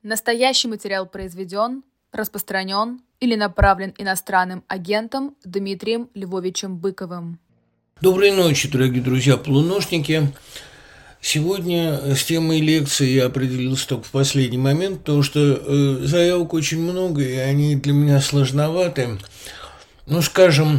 Настоящий материал произведен, распространен или направлен иностранным агентом Дмитрием Львовичем Быковым. Доброй ночи, дорогие друзья-полуношники. Сегодня с темой лекции я определился только в последний момент, потому что заявок очень много, и они для меня сложноваты. Скажем,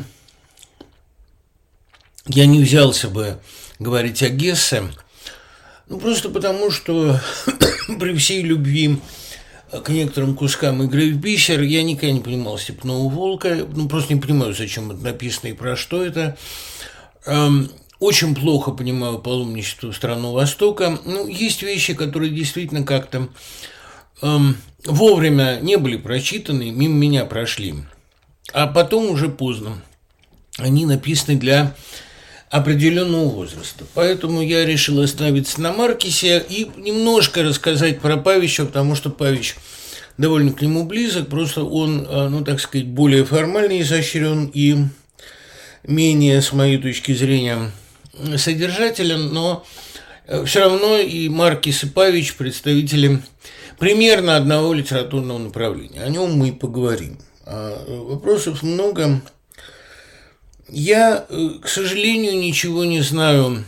я не взялся бы говорить о Гессе, просто потому, что при всей любви к некоторым кускам игры в бисер я никогда не понимал «Степного волка», просто не понимаю, зачем это написано и про что это. Очень плохо понимаю паломничество в страну Востока. Есть вещи, которые действительно как-то вовремя не были прочитаны, мимо меня прошли. А потом уже поздно. Они написаны для определенного возраста. Поэтому я решил остановиться на Маркесе и немножко рассказать про Павича, потому что Павич довольно к нему близок, просто он, более формально изощрен и менее, с моей точки зрения, содержателен, но все равно и Маркес, и Павич представители примерно одного литературного направления. О нем мы поговорим. Вопросов много. Я, к сожалению, ничего не знаю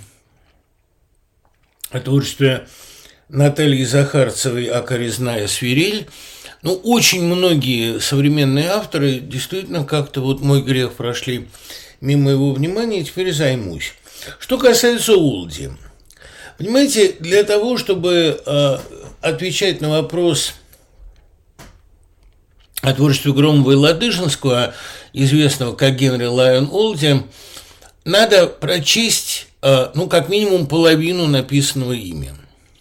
о творчестве Натальи Захарцевой, ака «Резная свирель». Очень многие современные авторы действительно как-то мой грех прошли мимо его внимания, и теперь займусь. Что касается Олди. Понимаете, для того, чтобы отвечать на вопрос о творчестве Громова и Ладыжинского, известного как Генри Лайон Олди, надо прочесть, как минимум половину написанного ими.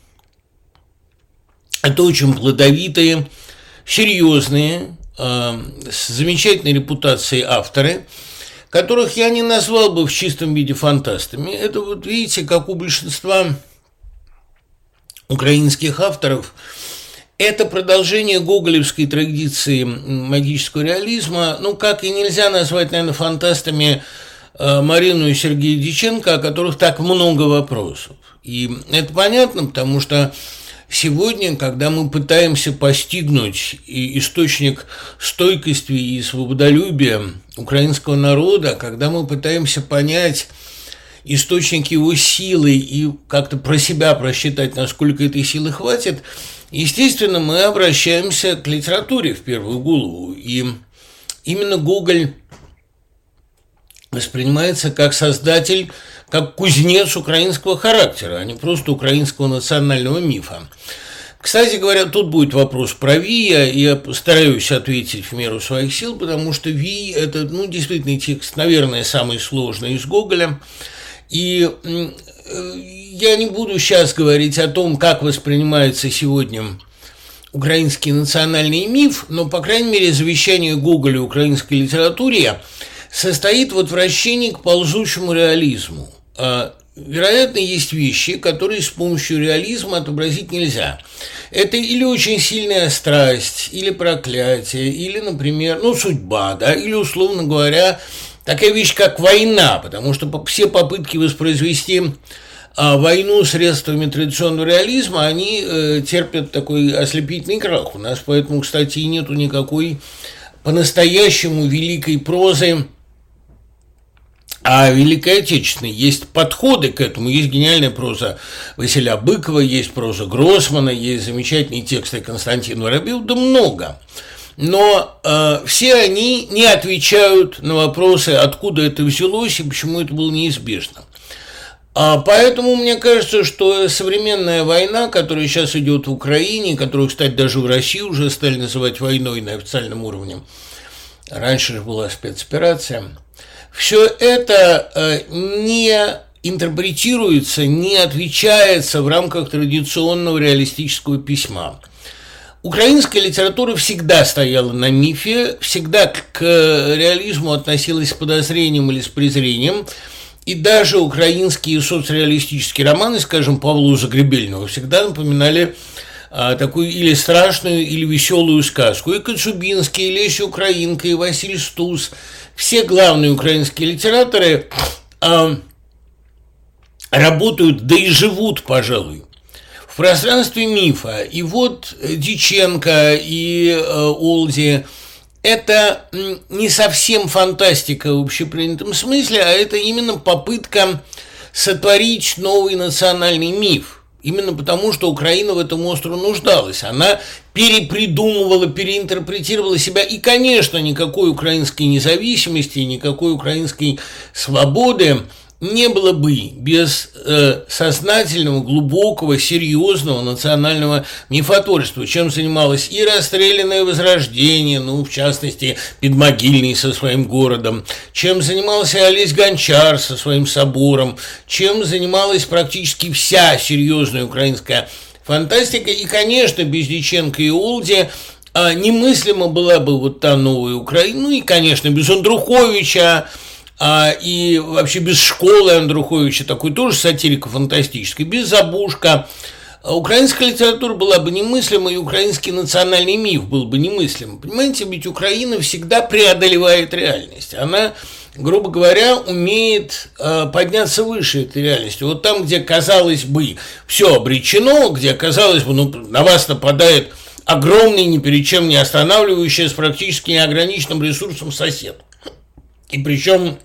Это очень плодовитые, серьезные, с замечательной репутацией авторы, которых я не назвал бы в чистом виде фантастами. Это видите, как у большинства украинских авторов, это продолжение гоголевской традиции магического реализма. Как и нельзя назвать, наверное, фантастами Марину и Сергея Дьяченко, о которых так много вопросов. И это понятно, потому что сегодня, когда мы пытаемся постигнуть источник стойкости и свободолюбия украинского народа, когда мы пытаемся понять источник его силы и как-то про себя просчитать, насколько этой силы хватит, естественно, мы обращаемся к литературе в первую голову. И именно Гоголь воспринимается как создатель, как кузнец украинского характера, а не просто украинского национального мифа. Кстати говоря, тут будет вопрос про Вия, и я постараюсь ответить в меру своих сил, потому что Вий – это, действительно, текст, наверное, самый сложный из Гоголя. И я не буду сейчас говорить о том, как воспринимается сегодня украинский национальный миф, но, по крайней мере, завещание Гоголя украинской литературе состоит в отвращении к ползучему реализму. Вероятно, есть вещи, которые с помощью реализма отобразить нельзя. Это или очень сильная страсть, или проклятие, или, например, судьба, или, условно говоря, такая вещь, как война, потому что все попытки воспроизвести войну средствами традиционного реализма, они терпят такой ослепительный крах. У нас поэтому, кстати, и нету никакой по-настоящему великой прозы о Великой Отечественной. Есть подходы к этому, есть гениальная проза Василия Быкова, есть проза Гроссмана, есть замечательные тексты Константина Воробьева, много. Но все они не отвечают на вопросы, откуда это взялось и почему это было неизбежно. Поэтому мне кажется, что современная война, которая сейчас идет в Украине, которую, кстати, даже в России уже стали называть войной на официальном уровне, раньше же была спецоперация, все это не интерпретируется, не отвечается в рамках традиционного реалистического письма. Украинская литература всегда стояла на мифе, всегда к реализму относилась с подозрением или с презрением, и даже украинские соцреалистические романы, скажем, Павла Загребельного, всегда напоминали такую или страшную, или веселую сказку. И Коцюбинский, и Леся Украинка, и Василий Стус, все главные украинские литераторы работают, да и живут, пожалуй, в в пространстве мифа. И вот Дьяченко и Олди – это не совсем фантастика в общепринятом смысле, а это именно попытка сотворить новый национальный миф. Именно потому, что Украина в этом остро нуждалась. Она перепридумывала, переинтерпретировала себя. И, конечно, никакой украинской независимости, никакой украинской свободы не было бы без сознательного, глубокого, серьезного национального мифотворчества, чем занималось и расстрелянное Возрождение, ну, в частности, Подмогильный со своим городом, чем занимался Олесь Гончар со своим собором, чем занималась практически вся серьезная украинская фантастика. И, конечно, без Дьяченко и Олди немыслима была бы вот та новая Украина. Ну и, конечно, без Андруховича, и вообще без школы Андруховича, такой тоже сатирико-фантастической, без Забушка, украинская литература была бы немыслима, и украинский национальный миф был бы немыслим. Понимаете, ведь Украина всегда преодолевает реальность. Она, грубо говоря, умеет подняться выше этой реальности. Вот там, где, казалось бы, все обречено, где, казалось бы, на вас нападает огромный, ни перед чем не останавливающий, с практически неограниченным ресурсом сосед. И причем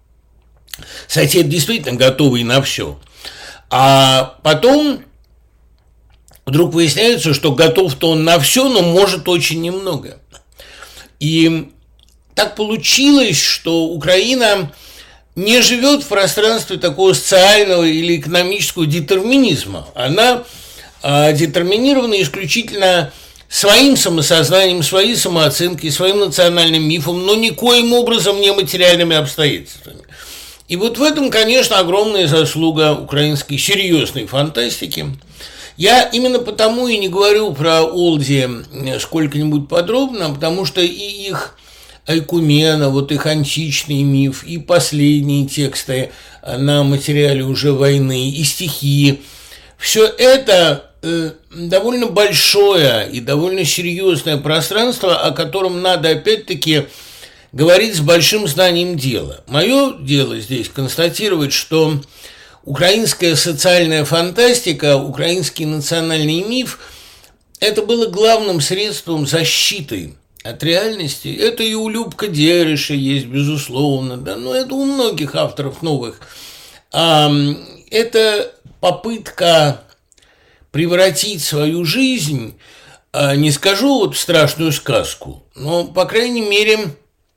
сосед действительно готовый на все. А потом вдруг выясняется, что готов-то он на все, но может очень немного. И так получилось, что Украина не живет в пространстве такого социального или экономического детерминизма. Она детерминирована исключительно своим самосознанием, своей самооценкой, своим национальным мифом, но никоим образом не материальными обстоятельствами. И вот в этом, конечно, огромная заслуга украинской серьезной фантастики. Я именно потому и не говорю про Олди сколько-нибудь подробно, потому что и их Айкумена, вот их античный миф, и последние тексты на материале уже войны, и стихи, все это довольно большое и довольно серьезное пространство, о котором надо опять-таки говорить с большим знанием дела. Мое дело здесь констатировать, что украинская социальная фантастика, украинский национальный миф – это было главным средством защиты от реальности. Это и у Любка Дереша есть, безусловно, да, но это у многих авторов новых. Это попытка превратить свою жизнь, не скажу вот в страшную сказку, но, по крайней мере,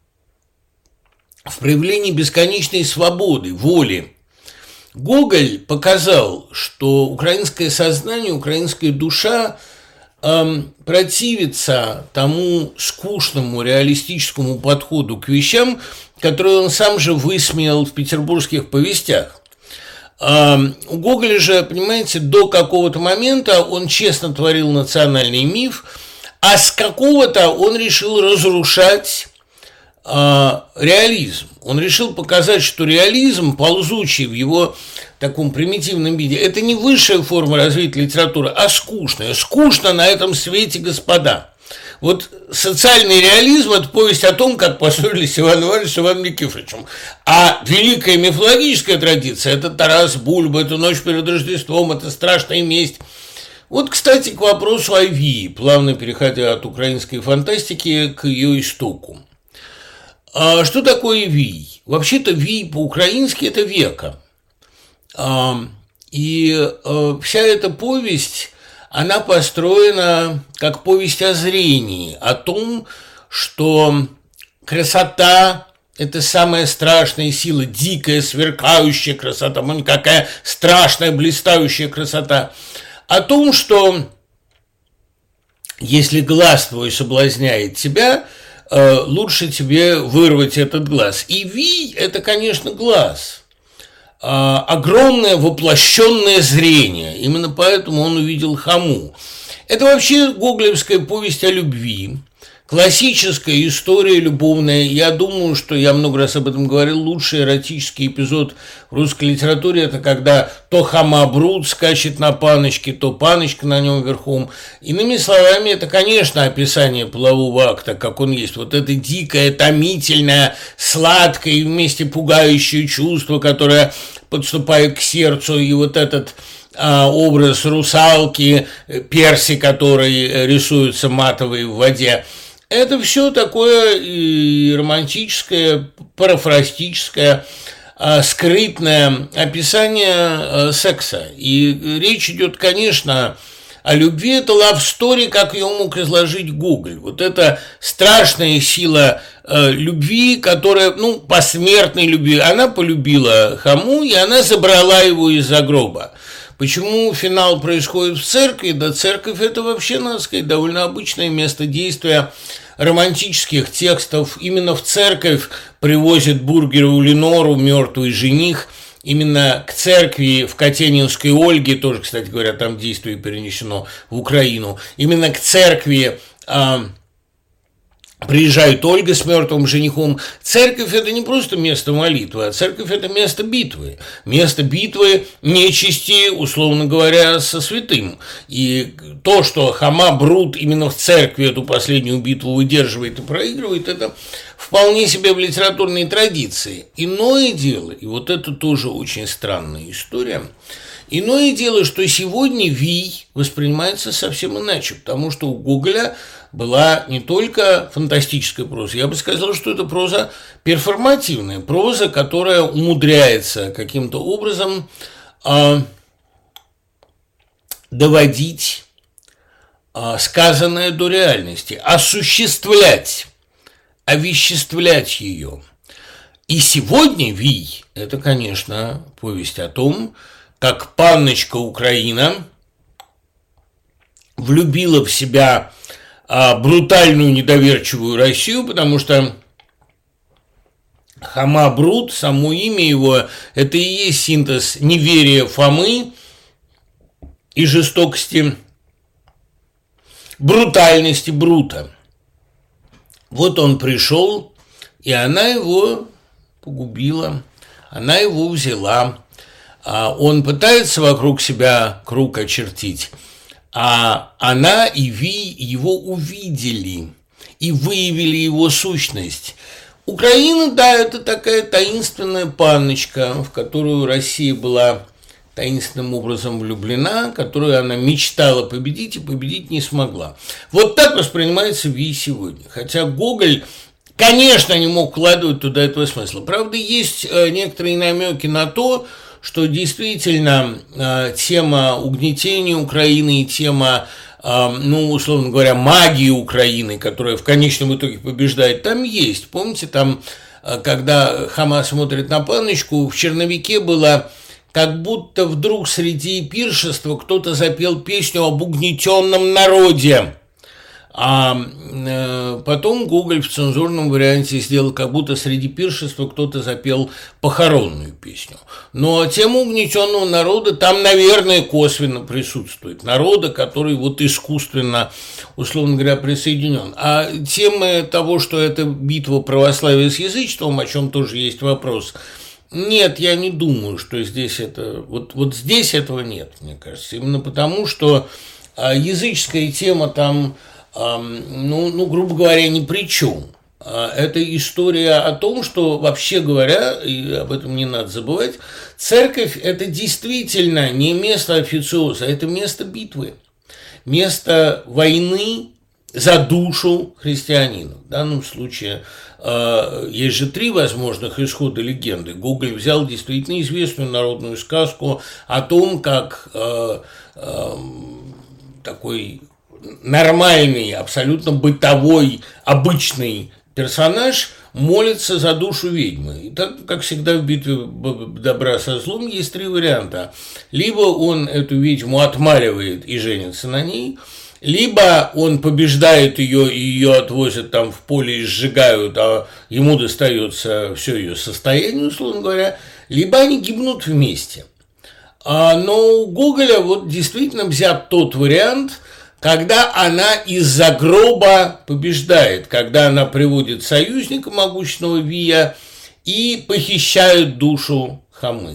в проявлении бесконечной свободы, воли. Гоголь показал, что украинское сознание, украинская душа противится тому скучному реалистическому подходу к вещам, который он сам же высмеял в петербургских повестях. У Гоголя же, понимаете, до какого-то момента он честно творил национальный миф, а с какого-то он решил разрушать реализм. Он решил показать, что реализм, ползучий в его таком примитивном виде, это не высшая форма развития литературы, а скучная. Скучно на этом свете, господа. Вот социальный реализм – это повесть о том, как поссорились Иван Иванович с Иваном Никифоровичем. А великая мифологическая традиция – это Тарас Бульба, это Ночь перед Рождеством, это Страшная месть. Вот, кстати, к вопросу о Вии, плавно переходя от украинской фантастики к ее истоку. Что такое Вий? Вообще-то Вий по-украински – это века. И вся эта повесть – она построена как повесть о зрении, о том, что красота – это самая страшная сила, дикая, сверкающая красота, какая страшная, блистающая красота. О том, что если глаз твой соблазняет тебя, лучше тебе вырвать этот глаз. И Вий – это, конечно, глаз. Огромное воплощенное зрение. Именно поэтому он увидел Хому. Это вообще гоголевская повесть о любви, классическая история любовная. Я думаю, что я много раз об этом говорил. Лучший эротический эпизод в русской литературе – это когда то Хома Брут скачет на паночке, то паночка на нем верхом. Иными словами, это, конечно, описание полового акта, как он есть. Вот это дикое, томительное, сладкое и вместе пугающее чувство, которое подступает к сердцу, и вот этот образ русалки, Перси, который рисуется матовой в воде. Это все такое и романтическое, парафрастическое, скрытное описание секса. И речь идет, конечно, о любви. Это love story, как ее мог изложить Гоголь. Вот это страшная сила любви, которая, посмертной любви. Она полюбила Хому, и она забрала его из-за гроба. Почему финал происходит в церкви? Да церковь – это вообще, надо сказать, довольно обычное место действия романтических текстов. Именно в церковь привозят Бургерову Ленору, мертвый жених. Именно к церкви в Катенинской Ольге, тоже, кстати говоря, там действие перенесено в Украину. Именно к церкви приезжает Ольга с мертвым женихом. Церковь – это не просто место молитвы, а церковь – это место битвы. Место битвы нечисти, условно говоря, со святым. И то, что Хома Брут именно в церкви эту последнюю битву выдерживает и проигрывает, это вполне себе в литературной традиции. Иное дело, и вот это тоже очень странная история, иное дело, что сегодня Вий воспринимается совсем иначе, потому что у Гоголя была не только фантастическая проза, я бы сказал, что это проза перформативная, проза, которая умудряется каким-то образом доводить сказанное до реальности, осуществлять, овеществлять ее. И сегодня Вий – это, конечно, повесть о том, как панночка Украина влюбила в себя брутальную недоверчивую Россию, потому что Хома Брут, само имя его, это и есть синтез неверия Фомы и жестокости, брутальности Брута. Вот он пришел, и она его погубила, она его взяла. Он пытается вокруг себя круг очертить, а она и Ви его увидели и выявили его сущность. Украина, да, это такая таинственная панночка, в которую Россия была таинственным образом влюблена, которую она мечтала победить и победить не смогла. Вот так воспринимается Ви сегодня. Хотя Гоголь, конечно, не мог вкладывать туда этого смысла. Правда, есть некоторые намеки на то, что действительно тема угнетения Украины и тема, условно говоря, магии Украины, которая в конечном итоге побеждает, там есть. Помните, там, когда Хома смотрит на панночку, в черновике было, как будто вдруг среди пиршества кто-то запел песню об угнетенном народе. А потом Гоголь в цензурном варианте сделал, как будто среди пиршества кто-то запел похоронную песню. Но тема угнетенного народа там, наверное, косвенно присутствует. Народа, который вот искусственно, условно говоря, присоединен. А тема того, что это битва православия с язычеством, о чем тоже есть вопрос, нет, я не думаю, что здесь это... Вот здесь этого нет, мне кажется. Именно потому, что языческая тема там... грубо говоря, ни при чем. Это история о том, что, вообще говоря, и об этом не надо забывать, церковь – это действительно не место официоза, это место битвы, место войны за душу христианина. В данном случае есть же 3 возможных исхода легенды. Гоголь взял действительно известную народную сказку о том, как такой нормальный, абсолютно бытовой, обычный персонаж молится за душу ведьмы. И так, как всегда в битве добра со злом, есть 3 варианта. Либо он эту ведьму отмаливает и женится на ней, либо он побеждает ее, и ее отвозят там в поле и сжигают, а ему достается все ее состояние, условно говоря, либо они гибнут вместе. Но у Гоголя вот действительно взят тот вариант, когда она из-за гроба побеждает, когда она приводит союзника могучного Вия и похищает душу Хомы.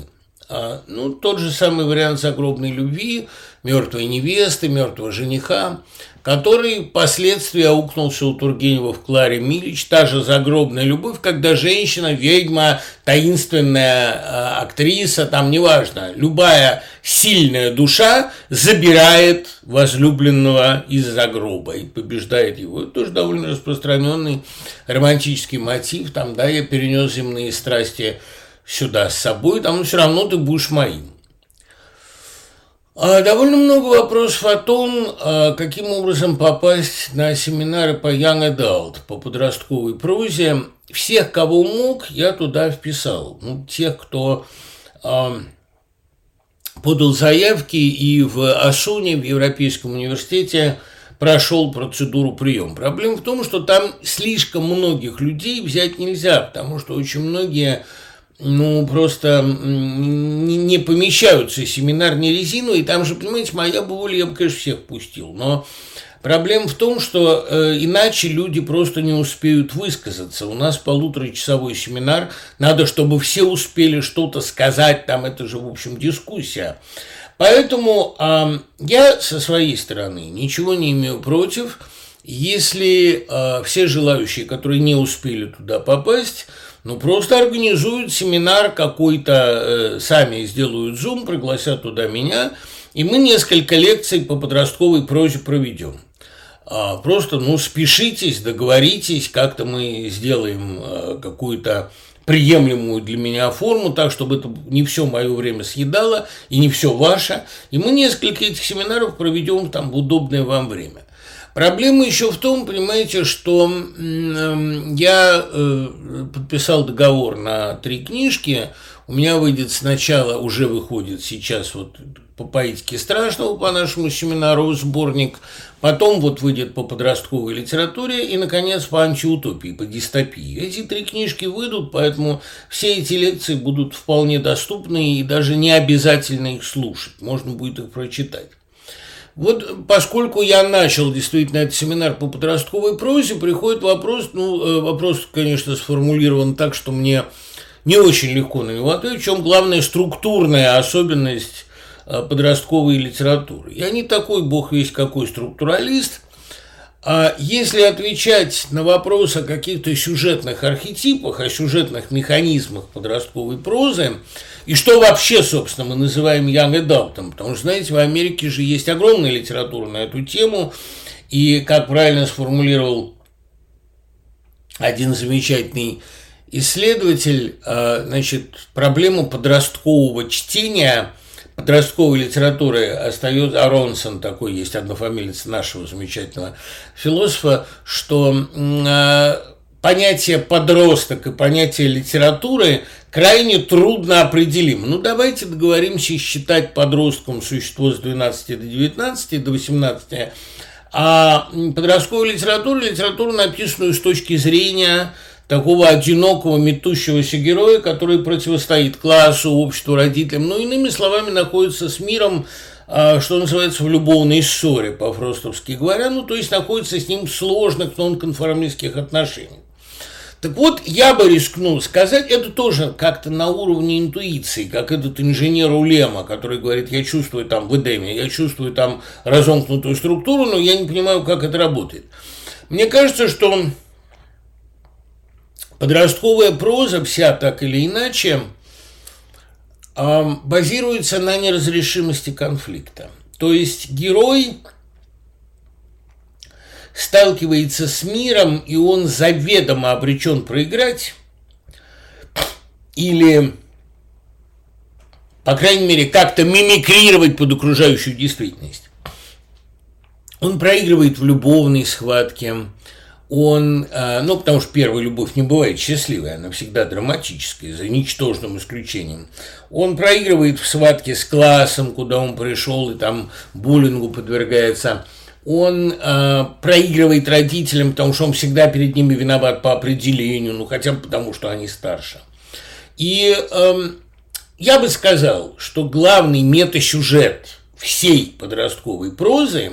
Тот же самый вариант загробной любви, мертвой невесты, мертвого жениха, который впоследствии аукнулся у Тургенева в Кларе Милич, та же загробная любовь, когда женщина, ведьма, таинственная актриса, там неважно, любая сильная душа забирает возлюбленного из-за гроба и побеждает его. Это тоже довольно распространенный романтический мотив, там, да, я перенес земные страсти сюда с собой, там все равно ты будешь моим. Довольно много вопросов о том, каким образом попасть на семинары по Young Adult, по подростковой прозе. Всех, кого мог, я туда вписал. Ну, тех, кто подал заявки и в АСУНе, в Европейском университете, прошел процедуру приема. Проблема в том, что там слишком многих людей взять нельзя, потому что очень многие просто не помещаются, семинар не резиновый, и там же, понимаете, моя бы воля, я бы, конечно, всех пустил, но проблема в том, что иначе люди просто не успеют высказаться. У нас полуторачасовой семинар, надо, чтобы все успели что-то сказать, там это же, в общем, дискуссия. Поэтому я со своей стороны ничего не имею против, если все желающие, которые не успели туда попасть, просто организуют семинар какой-то, сами сделают Zoom, пригласят туда меня, и мы несколько лекций по подростковой прозе проведем. Просто, спешитесь, договоритесь, как-то мы сделаем какую-то приемлемую для меня форму, так, чтобы это не все мое время съедало и не все ваше. И мы несколько этих семинаров проведем там в удобное вам время. Проблема еще в том, понимаете, что я подписал договор на 3 книжки. У меня выйдет сначала, уже выходит сейчас вот по поэтике страшного, по нашему семинару сборник, потом вот выйдет по подростковой литературе и, наконец, по антиутопии, по дистопии. Эти 3 книжки выйдут, поэтому все эти лекции будут вполне доступны и даже не обязательно их слушать, можно будет их прочитать. Вот поскольку я начал действительно этот семинар по подростковой прозе, приходит вопрос, вопрос, конечно, сформулирован так, что мне не очень легко на него ответить, в чем главная структурная особенность подростковой литературы. Я не такой бог весть какой структуралист, а если отвечать на вопрос о каких-то сюжетных архетипах, о сюжетных механизмах подростковой прозы, и что вообще, собственно, мы называем young adult, потому что, знаете, в Америке же есть огромная литература на эту тему, и, как правильно сформулировал один замечательный исследователь, проблему подросткового чтения, подростковой литературы остается, Аронсон такой есть, однофамилец нашего замечательного философа, что понятие подросток и понятие литературы крайне трудно определимо. Давайте договоримся считать подростком существо с 12 до 19, до 18, а подростковую литературу, написанную с точки зрения такого одинокого метущегося героя, который противостоит классу, обществу, родителям, иными словами, находится с миром, что называется, в любовной ссоре, по-фростовски говоря, то есть находится с ним в сложных нонконформистских отношениях. Так вот, я бы рискнул сказать, это тоже как-то на уровне интуиции, как этот инженер Улема, который говорит, я чувствую там в Эдеме, я чувствую там разомкнутую структуру, но я не понимаю, как это работает. Мне кажется, что подростковая проза вся так или иначе базируется на неразрешимости конфликта. То есть герой сталкивается с миром, и он заведомо обречен проиграть или, по крайней мере, как-то мимикрировать под окружающую действительность. Он проигрывает в любовной схватке, потому что первая любовь не бывает счастливой, она всегда драматическая, за ничтожным исключением. Он проигрывает в схватке с классом, куда он пришел, и там буллингу подвергается. Он проигрывает родителям, потому что он всегда перед ними виноват по определению, хотя бы потому, что они старше. И я бы сказал, что главный метасюжет всей подростковой прозы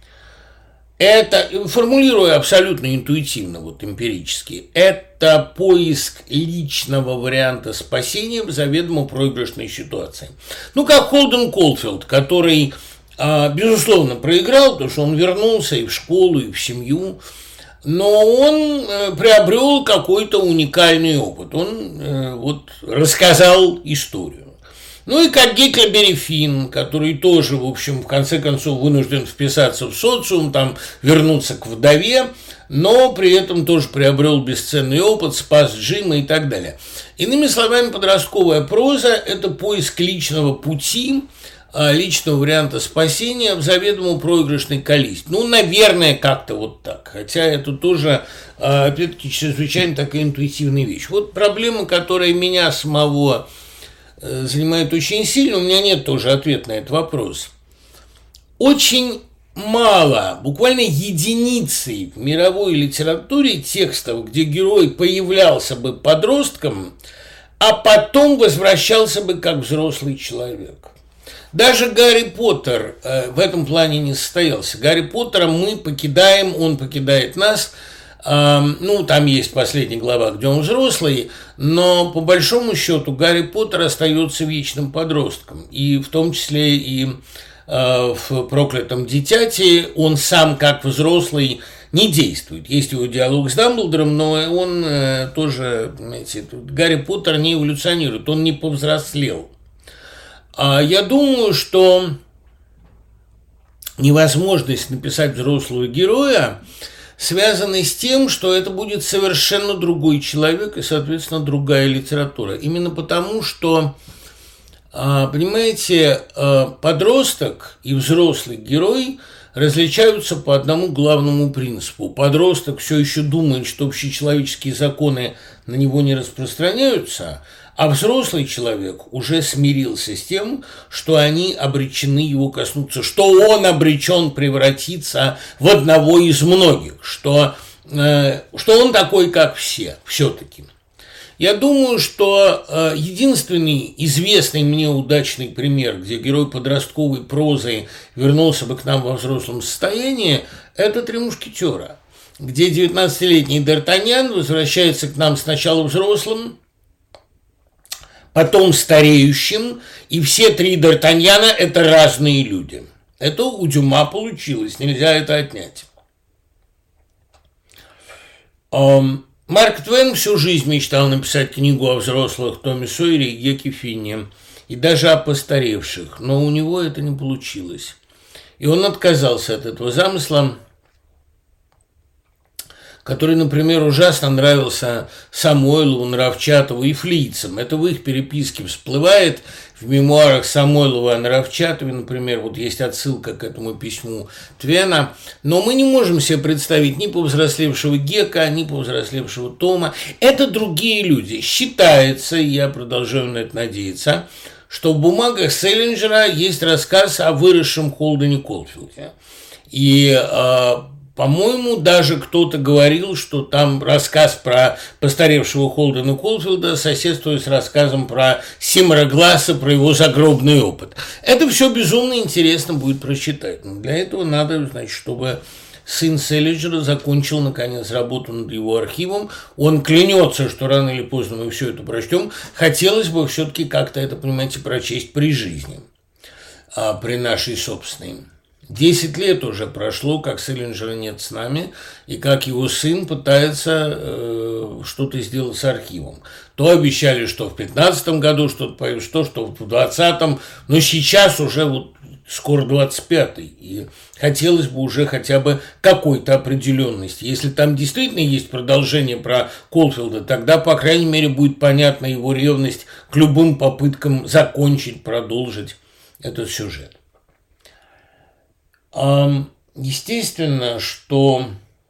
это, формулируя абсолютно интуитивно, эмпирически, это поиск личного варианта спасения в заведомо проигрышной ситуации. Как Холден Колфилд, который безусловно, проиграл, потому что он вернулся и в школу, и в семью, но он приобрел какой-то уникальный опыт. Он вот рассказал историю. Ну и как Гекльберри Финн, который тоже, в общем, в конце концов вынужден вписаться в социум, там вернуться к вдове, но при этом тоже приобрел бесценный опыт, спас Джима и так далее. Иными словами, подростковая проза – это поиск личного пути, личного варианта спасения в заведомо проигрышной коллизии. Ну, наверное, как-то вот так. Хотя это тоже, опять-таки, чрезвычайно такая интуитивная вещь. Вот проблема, которая меня самого занимает очень сильно, у меня нет тоже ответа на этот вопрос. Очень мало, буквально единицей в мировой литературе текстов, где герой появлялся бы подростком, а потом возвращался бы как взрослый человек. Даже Гарри Поттер в этом плане не состоялся. Гарри Поттера мы покидаем, он покидает нас. Ну, там есть последняя глава, где он взрослый, но по большому счету Гарри Поттер остается вечным подростком. И в том числе и в «Проклятом дитяти» он сам как взрослый не действует. Есть его диалог с Дамблдором, но он тоже, понимаете, Гарри Поттер не эволюционирует, он не повзрослел. Я думаю, что невозможность написать взрослого героя связаны с тем, что это будет совершенно другой человек и, соответственно, другая литература. Именно потому, что, понимаете, подросток и взрослый герой различаются по одному главному принципу. Подросток все еще думает, что общечеловеческие законы на него не распространяются, а взрослый человек уже смирился с тем, что они обречены его коснуться, что он обречен превратиться в одного из многих, что он такой, как все, все-таки. Я думаю, что единственный известный мне удачный пример, где герой подростковой прозы вернулся бы к нам во взрослом состоянии, это «Три мушкетера», где 19-летний Д'Артаньян возвращается к нам сначала взрослым, потом стареющим, и все три Д'Артаньяна – это разные люди. Это у Дюма получилось, нельзя это отнять. Марк Твен всю жизнь мечтал написать книгу о взрослых Томе Сойере и Геке Финне, и даже о постаревших, но у него это не получилось. И он отказался от этого замысла, который, например, ужасно нравился Самойлову, Нравчатову и флийцам. Это в их переписке всплывает в мемуарах Самойлова о Нравчатове, например, вот есть отсылка к этому письму Твена. Но мы не можем себе представить ни повзрослевшего Гека, ни повзрослевшего Тома. Это другие люди. Считается, и я продолжаю на это надеяться, что в бумагах Селлинджера есть рассказ о выросшем Холдене Колфилде. И по-моему, даже кто-то говорил, что там рассказ про постаревшего Холдена Колфилда соседствует с рассказом про Симмера-Гласса, про его загробный опыт. Это все безумно интересно будет прочитать. Но для этого надо, значит, чтобы сын Селлинджера закончил, наконец, работу над его архивом. Он клянется, что рано или поздно мы все это прочтем. Хотелось бы все-таки как-то это, понимаете, прочесть при жизни, при нашей собственной. 10 лет уже прошло, как Селлинджера нет с нами, и как его сын пытается что-то сделать с архивом. То обещали, что в 2015 году что-то появится, что в 2020, но сейчас уже вот скоро 25-й, и хотелось бы уже хотя бы какой-то определенности. Если там действительно есть продолжение про Колфилда, тогда, по крайней мере, будет понятна его ревность к любым попыткам закончить, продолжить этот сюжет. Естественно, что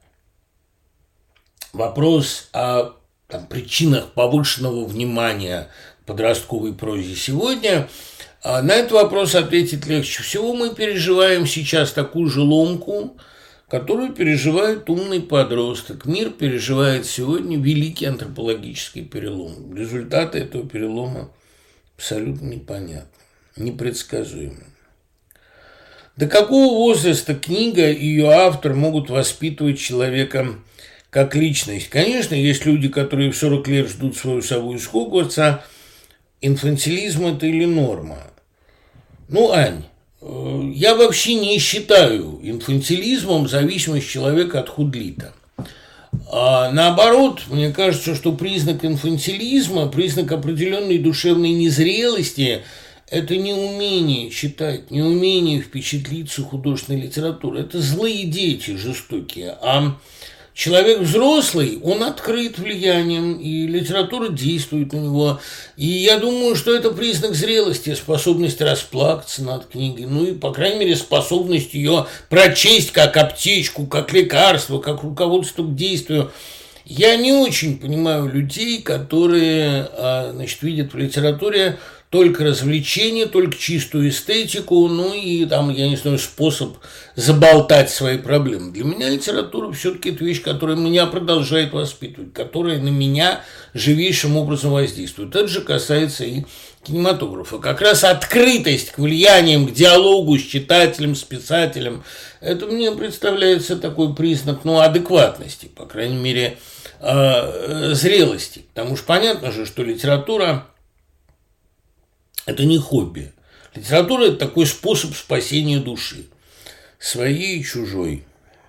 вопрос о причинах повышенного внимания подростковой прозе сегодня, на этот вопрос ответить легче всего. Мы переживаем сейчас такую же ломку, которую переживает умный подросток. Мир переживает сегодня великий антропологический перелом. Результаты этого перелома абсолютно непонятны, непредсказуемы. До какого возраста книга и ее автор могут воспитывать человека как личность? Конечно, есть люди, которые в 40 лет ждут свою сову из Хогвартса. Инфантилизм – это или норма? Ну, Ань, Я вообще не считаю инфантилизмом зависимость человека от худлита. А наоборот, мне кажется, что признак инфантилизма, признак определенной душевной незрелости – это неумение читать, неумение впечатлиться художественной литературой. Это злые дети, жестокие. А человек взрослый, он открыт влиянием, и литература действует на него. И я думаю, что это признак зрелости, способность расплакаться над книгой, ну и, по крайней мере, способность ее прочесть как аптечку, как лекарство, как руководство к действию. Я не очень понимаю людей, которые, видят в литературе только развлечение, только чистую эстетику, ну и там, я не знаю, способ заболтать свои проблемы. Для меня литература все-таки это вещь, которая меня продолжает воспитывать, которая на меня живейшим образом воздействует. Это же касается и кинематографа. Как раз открытость к влияниям, к диалогу с читателем, с писателем, это мне представляется такой признак, адекватности, по крайней мере, зрелости. Потому что понятно же, что литература – это не хобби. Литература – это такой способ спасения души, своей и чужой.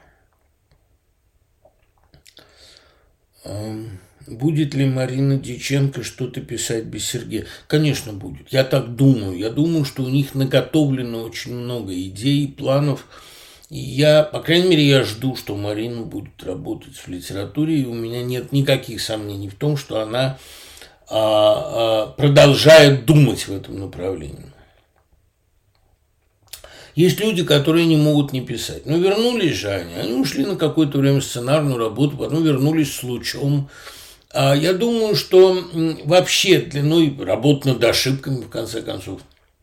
Будет ли Марина Дьяченко что-то писать без Сергея? Конечно, будет. Я так думаю. Я думаю, что у них наготовлено очень много идей, планов. И я, по крайней мере, я жду, что Марина будет работать в литературе, и у меня нет никаких сомнений в том, что она продолжает думать в этом направлении. Есть люди, которые не могут не писать. Но вернулись же они ушли на какое-то время в сценарную работу, потом вернулись с Лучом. Я думаю, что вообще работа над ошибками, в конце концов.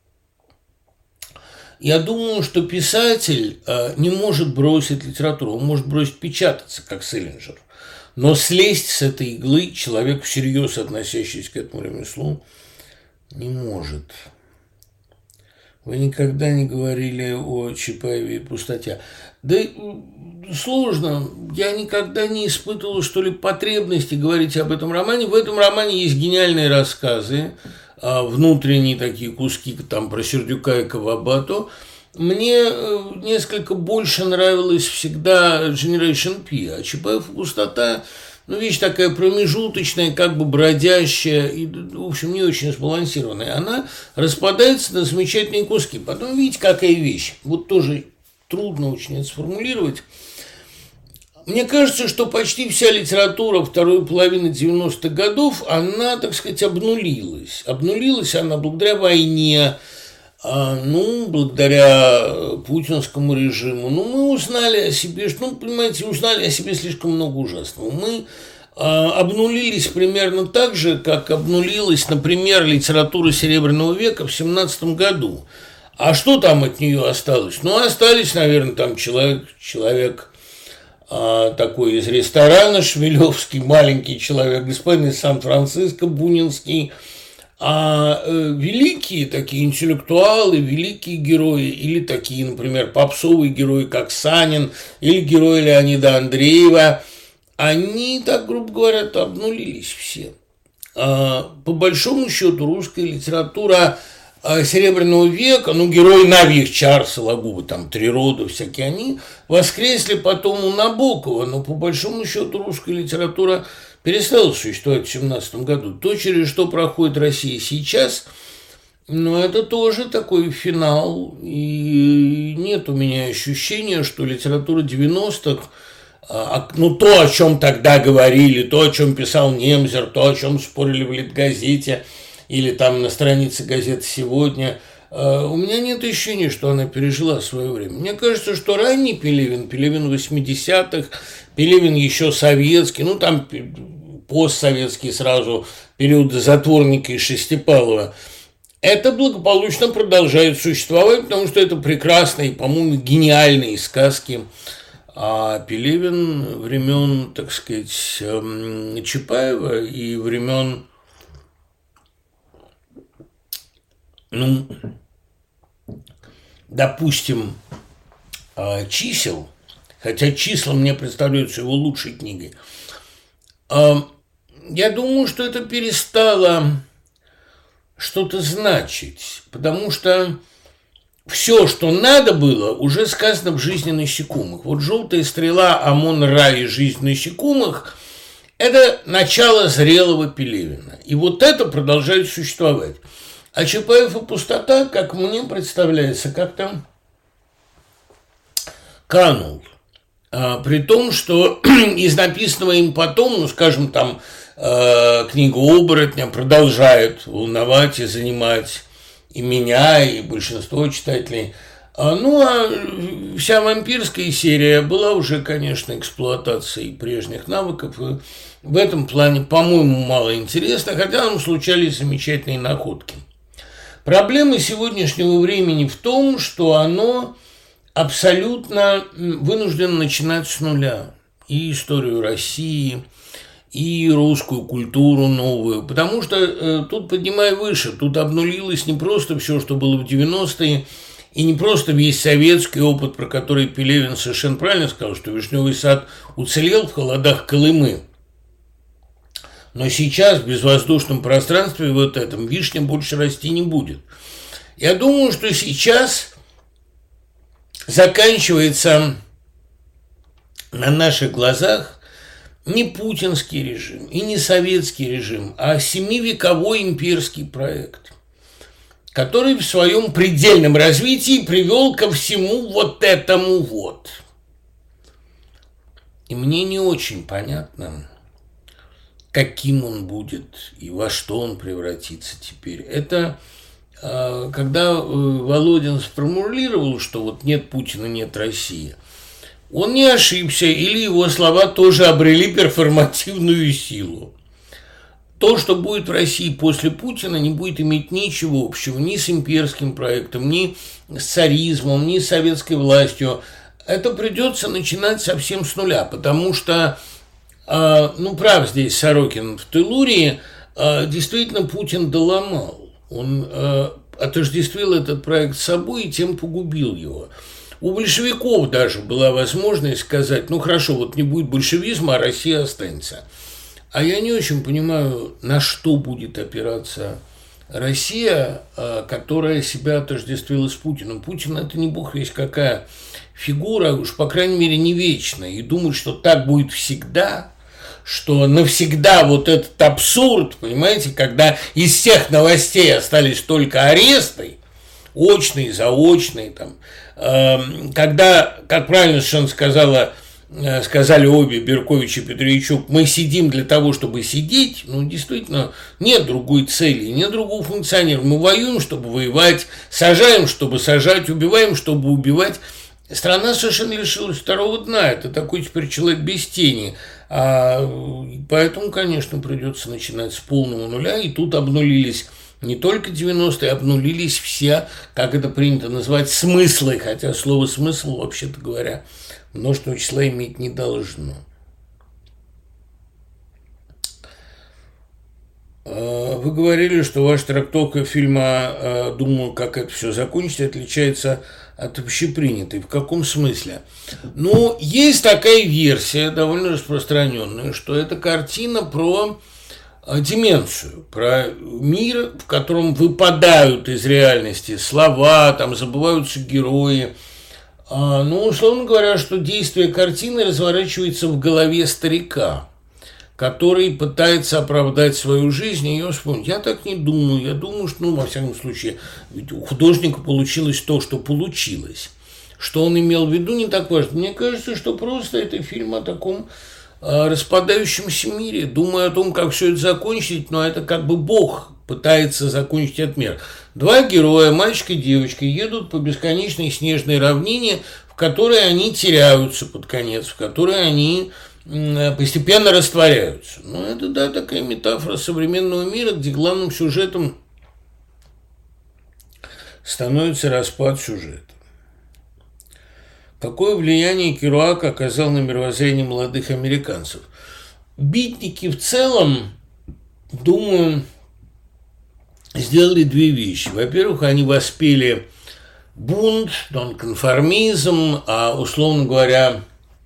Я думаю, что писатель не может бросить литературу, он может бросить печататься, как Селлинджер. Но слезть с этой иглы человек, всерьез относящийся к этому ремеслу, не может. Вы никогда не говорили о Чапаеве и пустоте. Да сложно. Я никогда не испытывал, что ли, потребности говорить об этом романе. В этом романе есть гениальные рассказы, внутренние такие куски там про Сердюка и Кавабату. Мне несколько больше нравилось всегда Generation P, а Чапаев и пустота, вещь такая промежуточная, как бы бродящая и, в общем, не очень сбалансированная. Она распадается на замечательные куски. Потом, видите, какая вещь. Вот тоже трудно очень это сформулировать. Мне кажется, что почти вся литература второй половины 90-х годов, она, так сказать, обнулилась. Обнулилась она благодаря войне, благодаря путинскому режиму. Мы узнали о себе, узнали о себе слишком много ужасного. Мы обнулились примерно так же, как обнулилась, например, литература Серебряного века в 17 году. А что там от нее осталось? Остались, наверное, там человек такой из ресторана Шмелевский, маленький человек, господин из Сан-Франциско, Бунинский, великие такие интеллектуалы, великие герои, или такие, например, попсовые герои, как Санин, или герои Леонида Андреева, они, так грубо говоря, обнулились все. По большому счету, русская литература Серебряного века, герои Навьих Чар, Сологуба, там «Три рода», всякие, они воскресли потом у Набокова, но по большому счету русская литература перестала существовать в 17 году. То, через что проходит Россия сейчас, это тоже такой финал, и нет у меня ощущения, что литература 90-х, то, о чем тогда говорили, то, о чем писал Немзер, то, о чем спорили в Литгазете, или там на странице газеты «Сегодня», у меня нет ощущения, что она пережила свое время. Мне кажется, что ранний Пелевин 80-х, Пелевин еще советский, там постсоветский сразу, периоды Затворника и Шестипалова, это благополучно продолжает существовать, потому что это прекрасные, по-моему, гениальные сказки. А Пелевин времен, так сказать, Чапаева и времен допустим, чисел, хотя числа мне представляются его лучшей книгой, я думаю, что это перестало что-то значить, потому что все, что надо было, уже сказано в «Жизни насекомых». Вот «Желтая стрела», «Амон-Ra» и «Жизнь насекомых» – это начало зрелого Пелевина. И вот это продолжает существовать. А Чапаев и пустота, как мне представляется, как-то канул. При том, что из написанного им потом, ну, скажем, там, книга «Оборотня» продолжает волновать и занимать и меня, и большинство читателей. Ну, а вся вампирская серия была уже, конечно, эксплуатацией прежних навыков, и в этом плане, по-моему, мало интересно, хотя там случались замечательные находки. Проблема сегодняшнего времени в том, что оно абсолютно вынуждено начинать с нуля. И историю России, и русскую культуру новую. Потому что тут, поднимай выше, тут обнулилось не просто все, что было в 90-е, и не просто весь советский опыт, про который Пелевин совершенно правильно сказал, что «Вишневый сад» уцелел в холодах Колымы. Но сейчас в безвоздушном пространстве вот этом вишня больше расти не будет. Я думаю, что сейчас заканчивается на наших глазах не путинский режим и не советский режим, а 7-вековой имперский проект, который в своем предельном развитии привел ко всему вот этому вот. И мне не очень понятно, каким он будет и во что он превратится теперь. Это когда Володин сформулировал, что вот нет Путина, нет России, он не ошибся, или его слова тоже обрели перформативную силу. То, что будет в России после Путина, не будет иметь ничего общего ни с имперским проектом, ни с царизмом, ни с советской властью. Это придется начинать совсем с нуля, потому что, ну, прав здесь Сорокин в Телурии, действительно Путин доломал. Он отождествил этот проект с собой и тем погубил его. У большевиков даже была возможность сказать, ну хорошо, вот не будет большевизма, а Россия останется. А я не очень понимаю, на что будет опираться Россия, которая себя отождествила с Путиным. Путин – это не бог весть какая фигура, уж по крайней мере не вечная. И думать, что так будет всегда, что навсегда вот этот абсурд, понимаете, когда из всех новостей остались только аресты, очные, заочные, там, когда, как правильно совершенно сказали обе, Беркович и Петричук, мы сидим для того, чтобы сидеть, ну, действительно, нет другой цели, нет другого функционера. Мы воюем, чтобы воевать, сажаем, чтобы сажать, убиваем, чтобы убивать. Страна совершенно лишилась второго дна. Это такой теперь человек без тени. Поэтому, конечно, придется начинать с полного нуля. И тут обнулились не только 90-е, обнулились все, как это принято называть, смыслы. Хотя слово «смысл», вообще-то говоря, множественного числа иметь не должно. Вы говорили, что ваша трактовка фильма «Думаю, как это все закончится» отличается от общепринятой. В каком смысле? Ну, есть такая версия, довольно распространенная, что это картина про деменцию, про мир, в котором выпадают из реальности слова, там забываются герои. Ну, условно говоря, что действие картины разворачивается в голове старика, который пытается оправдать свою жизнь и ее вспомнить. Я так не думаю. Я думаю, что, ну, во всяком случае, ведь у художника получилось то, что получилось. Что он имел в виду, не так важно. Мне кажется, что просто это фильм о таком распадающемся мире. Думаю о том, как все это закончить, но это как бы Бог пытается закончить этот мир. Два героя, мальчик и девочка, едут по бесконечной снежной равнине, в которой они теряются под конец, в которой они постепенно растворяются. Ну, это, да, такая метафора современного мира, где главным сюжетом становится распад сюжета. Какое влияние Керуак оказал на мировоззрение молодых американцев? Битники в целом, думаю, сделали две вещи. Во-первых, они воспели бунт, нонконформизм, а, условно говоря,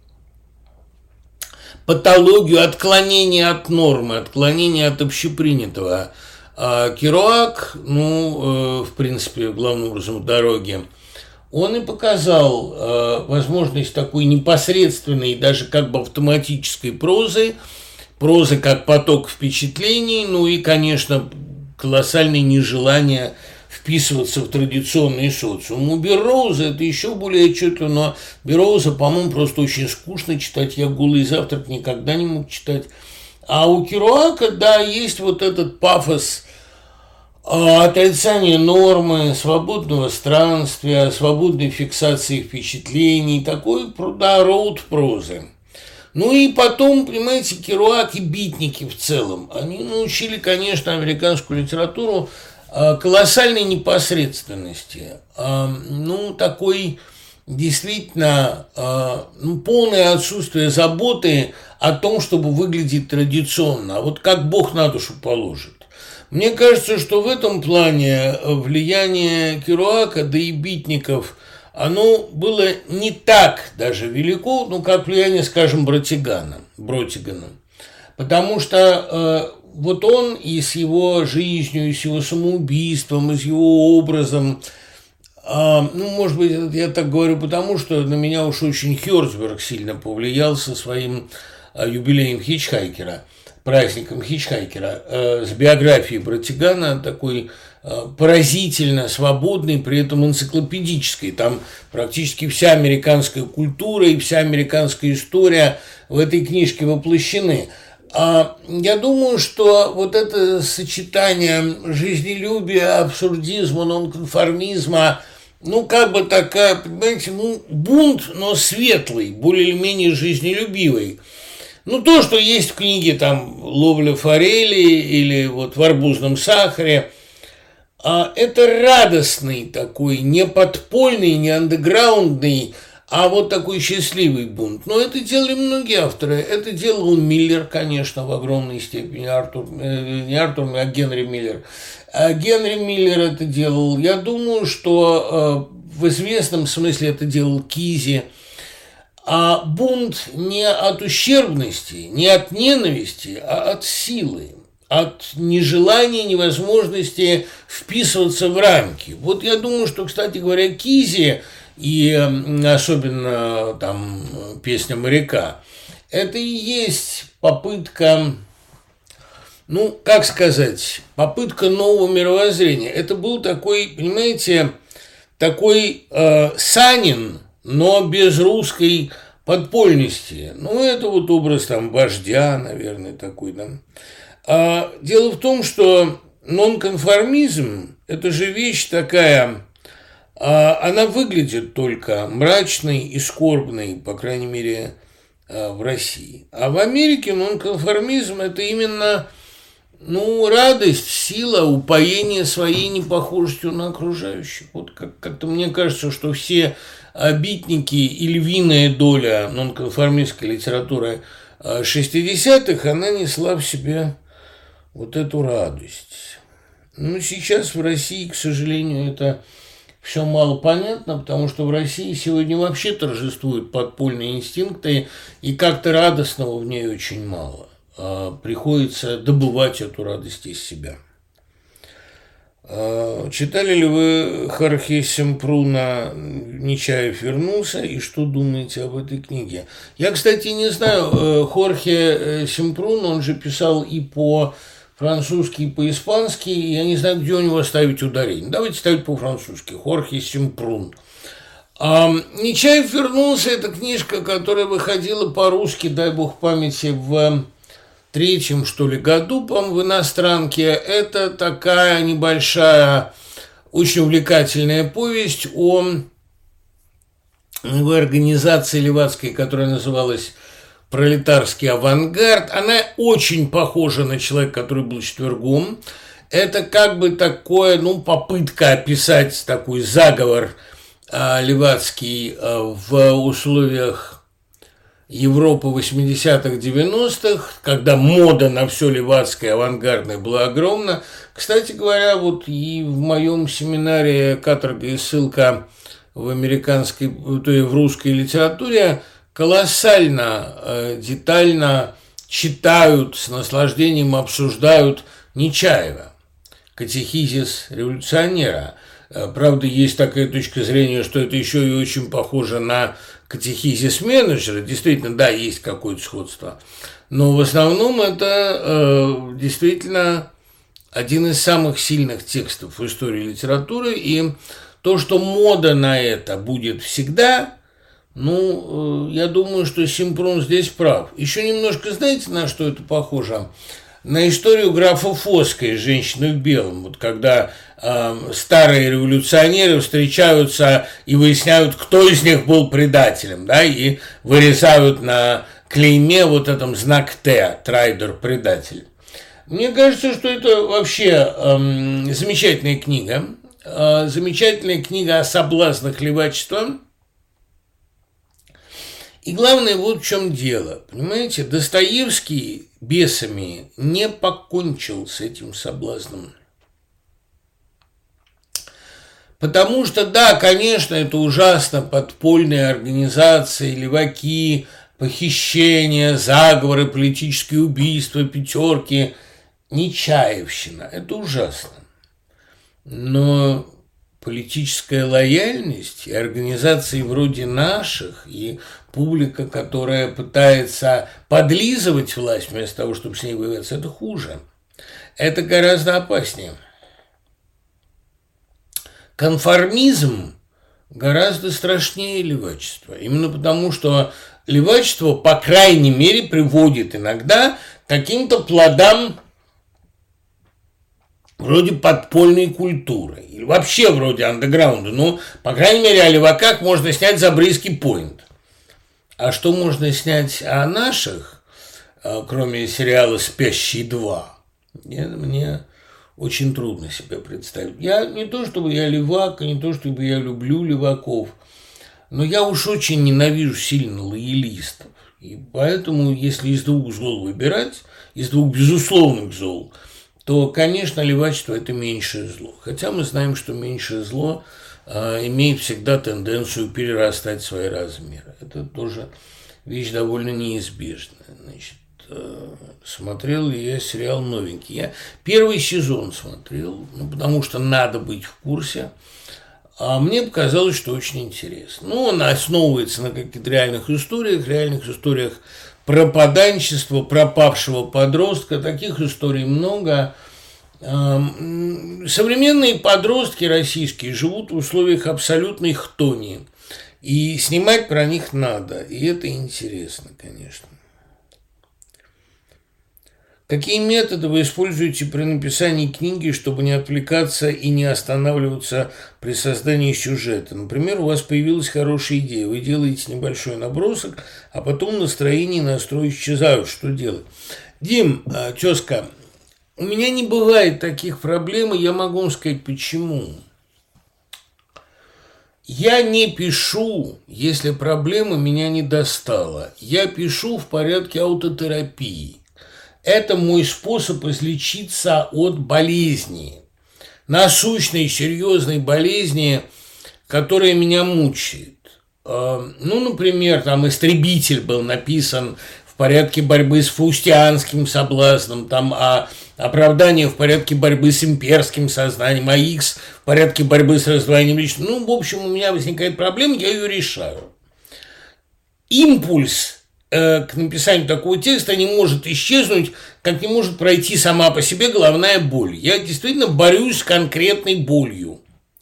патологию отклонения от нормы, отклонения от общепринятого. А Керуак, ну, в принципе, главным образом в «Дороге», он и показал возможность такой непосредственной, даже как бы автоматической прозы как поток впечатлений, ну и, конечно, колоссальное нежелание вписываться в традиционный социум. У Берроуза это еще более отчетливо, но Берроуза, по-моему, просто очень скучно читать. Я «Голый завтрак» никогда не мог читать. А у Керуака, да, есть вот этот пафос отрицания нормы, свободного странствия, свободной фиксации впечатлений, такой, да, роуд-прозы. Ну и потом, понимаете, Керуак и битники в целом, они научили, конечно, американскую литературу колоссальной непосредственности, ну, такой действительно полное отсутствие заботы о том, чтобы выглядеть традиционно, а вот как Бог на душу положит. Мне кажется, что в этом плане влияние Керуака, да и битников, оно было не так даже велико, ну, как влияние, скажем, Бротигана. Потому что вот он и с его жизнью, и с его самоубийством, и с его образом, ну, может быть, я так говорю, потому что на меня уж очень Хёрцберг сильно повлиял со своим юбилеем Хичхайкера, праздником Хичхайкера, с биографией Бротигана, такой поразительно свободной, при этом энциклопедической. Там практически вся американская культура и вся американская история в этой книжке воплощены. Я думаю, что вот это сочетание жизнелюбия, абсурдизма, нонконформизма, ну, как бы такая, понимаете, ну, бунт, но светлый, более или менее жизнелюбивый. Ну, то, что есть в книге, там, «Ловля форели» или вот «В арбузном сахаре», это радостный такой, не подпольный, не андеграундный, а вот такой счастливый бунт. Но это делали многие авторы. Это делал Миллер, конечно, в огромной степени. Не Артур, а Генри Миллер. Генри Миллер это делал. Я думаю, что в известном смысле это делал Кизи. А бунт не от ущербности, не от ненависти, а от силы, от нежелания, невозможности вписываться в рамки. Вот я думаю, что, кстати говоря, Кизи и особенно там песня «Моряка» – это и есть попытка, ну, как сказать, попытка нового мировоззрения. Это был такой, понимаете, такой Санин, но без русской подпольности. Ну, это вот образ там вождя, наверное, такой, да. Дело в том, что нонконформизм – это же вещь такая, она выглядит только мрачной и скорбной, по крайней мере, в России. А в Америке нонконформизм – это именно, ну, радость, сила, упоение своей непохожестью на окружающих. Вот как-то мне кажется, что все битники и львиная доля нонконформистской литературы 60-х, она несла в себе вот эту радость. Ну, сейчас в России, к сожалению, это все мало понятно, потому что в России сегодня вообще торжествуют подпольные инстинкты, и как-то радостного в ней очень мало. Приходится добывать эту радость из себя. Читали ли вы Хорхе Семпруна «Нечаев вернулся» и что думаете об этой книге? Я, кстати, не знаю, Хорхе Семпрун, он же писал и по-французски, и по-испански, я не знаю, где у него ставить ударение. Давайте ставить по-французски. Хорхе Семпрун. «Нечаев вернулся» – это книжка, которая выходила по-русски, дай бог памяти, в третьем, что ли, году, по-моему, в иностранке. Это такая небольшая, очень увлекательная повесть о организации левацкой, которая называлась «Пролетарский авангард». Она очень похожа на «Человека, который был четвергом». Это как бы такое, ну, попытка описать такой заговор левацкий в условиях Европы 80-х, 90-х, когда мода на все левацкое, авангардное была огромна. Кстати говоря, вот и в моем семинаре «Каторга и ссылка в американской, то есть в русской литературе» колоссально, детально читают, с наслаждением обсуждают Нечаева, катехизис революционера. Правда, есть такая точка зрения, что это еще и очень похоже на катехизис менеджера. Действительно, да, есть какое-то сходство. Но в основном это действительно один из самых сильных текстов в истории литературы. И то, что мода на это будет всегда, я думаю, что Симпрон здесь прав. Еще немножко, знаете, на что это похоже? На историю графа Фоска из «Женщины в белом». Вот когда старые революционеры встречаются и выясняют, кто из них был предателем, да, и вырезают на клейме вот этом знак Т, трайдер предатель. Мне кажется, что это вообще замечательная книга о соблазнах левачества. И главное, вот в чем дело. Понимаете, Достоевский бесами не покончил с этим соблазном. Потому что, да, конечно, это ужасно, подпольные организации, леваки, похищения, заговоры, политические убийства, пятерки, нечаевщина. Это ужасно. Но политическая лояльность и организации вроде наших, и публика, которая пытается подлизывать власть вместо того, чтобы с ней воевать, это хуже. Это гораздо опаснее. Конформизм гораздо страшнее левачества. Именно потому, что левачество, по крайней мере, приводит иногда к каким-то плодам вроде подпольной культуры, или вообще вроде андеграунда. Ну, по крайней мере, о леваках можно снять Забрызкий Пойнт. А что можно снять о наших, кроме сериала «Спящие 2», мне очень трудно себе представить. Я не то, чтобы я левак, не то, чтобы я люблю леваков, но я уж очень ненавижу сильно лоялистов. И поэтому, если из двух зол выбирать, из двух безусловных зол, то, конечно, левачество – это меньшее зло. Хотя мы знаем, что меньшее зло имеет всегда тенденцию перерастать свои размеры. Это тоже вещь довольно неизбежная. Значит, смотрел ли я сериал новенький? Я первый сезон смотрел, потому что надо быть в курсе. А мне показалось, что очень интересно. Он основывается на каких-то реальных историях пропаданчества, пропавшего подростка. Таких историй много. Современные подростки российские живут в условиях абсолютной хтони. И снимать про них надо. И это интересно, конечно. Какие методы вы используете при написании книги, чтобы не отвлекаться и не останавливаться при создании сюжета? Например, у вас появилась хорошая идея, вы делаете небольшой набросок, а потом настроение и настрой исчезают. Что делать? Дим, тезка, у меня не бывает таких проблем, и я могу вам сказать, почему. Я не пишу, если проблема меня не достала. Я пишу в порядке аутотерапии. Это мой способ излечиться от болезни, насущной, серьезной болезни, которая меня мучает. Например, там «Истребитель» был написан в порядке борьбы с фаустианским соблазном, там «Оправдание» в порядке борьбы с имперским сознанием, а «Икс» в порядке борьбы с раздвоением личности. В общем, у меня возникает проблема, я ее решаю. Импульс к написанию такого текста не может исчезнуть, как не может пройти сама по себе головная боль. Я действительно борюсь с конкретной болью.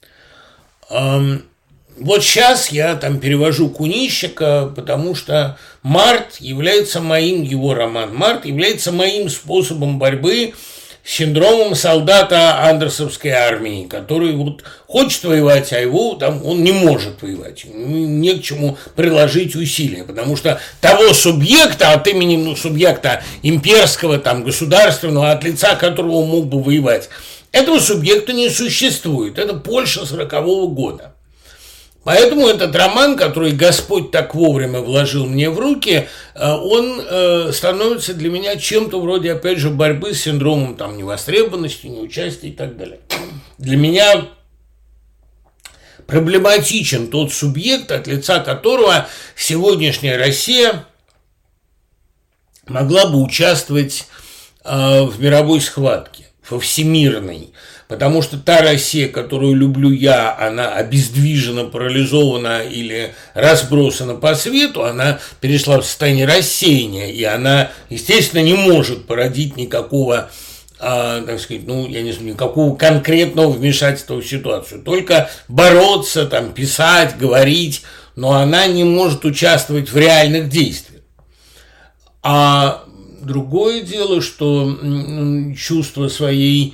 Вот сейчас я там перевожу Кунищика, потому что «Март» является его роман «Март» является моим способом борьбы с синдромом солдата Андерсовской армии, который хочет воевать, а он не может воевать. Не к чему приложить усилия, потому что того субъекта, от имени субъекта имперского, государственного, от лица которого он мог бы воевать, этого субъекта не существует. Это Польша 40-го года. Поэтому этот роман, который Господь так вовремя вложил мне в руки, он становится для меня чем-то вроде, опять же, борьбы с синдромом невостребованности, неучастия и так далее. Для меня проблематичен тот субъект, от лица которого сегодняшняя Россия могла бы участвовать в мировой схватке. во всемирной, потому что та Россия, которую люблю я, она обездвижена, парализована или разбросана по свету, она перешла в состояние рассеяния, и она, естественно, не может породить никакого, так сказать, я не знаю, никакого конкретного вмешательства в ситуацию, только бороться, там, писать, говорить, но она не может участвовать в реальных действиях. А другое дело, что чувство своей,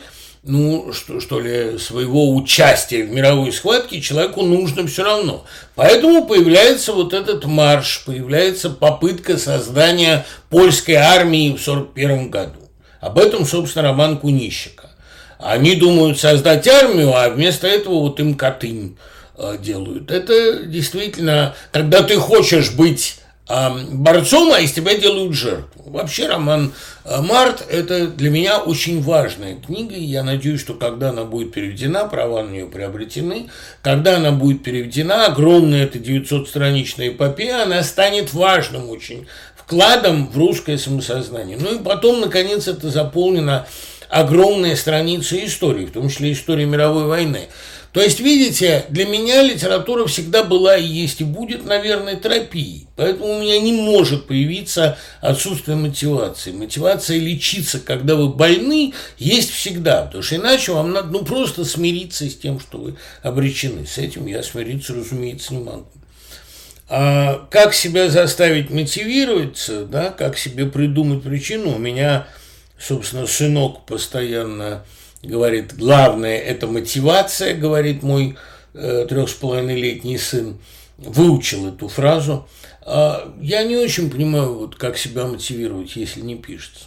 своего участия в мировой схватке человеку нужно все равно. Поэтому появляется вот этот марш, появляется попытка создания польской армии в 1941 году. Об этом, собственно, роман Кунищика. Они думают создать армию, а вместо этого вот им Катынь делают. Это действительно, когда ты хочешь быть борцом, а из тебя делают жертву. Вообще роман «Март» – это для меня очень важная книга, и я надеюсь, что когда она будет переведена, права на нее приобретены, когда она будет переведена, огромная эта 900-страничная эпопея, она станет важным очень вкладом в русское самосознание. Ну и потом, наконец, это заполнено огромная страница истории, в том числе истории мировой войны. То есть, видите, для меня литература всегда была и есть и будет, наверное, терапией. Поэтому у меня не может появиться отсутствие мотивации. Мотивация лечиться, когда вы больны, есть всегда. Потому что иначе вам надо просто смириться с тем, что вы обречены. С этим я смириться, разумеется, не могу. А как себя заставить мотивироваться, да, как себе придумать причину? У меня, собственно, сынок постоянно говорит, главное – это мотивация, говорит мой 3,5-летний сын, выучил эту фразу. Я не очень понимаю, вот, как себя мотивировать, если не пишется.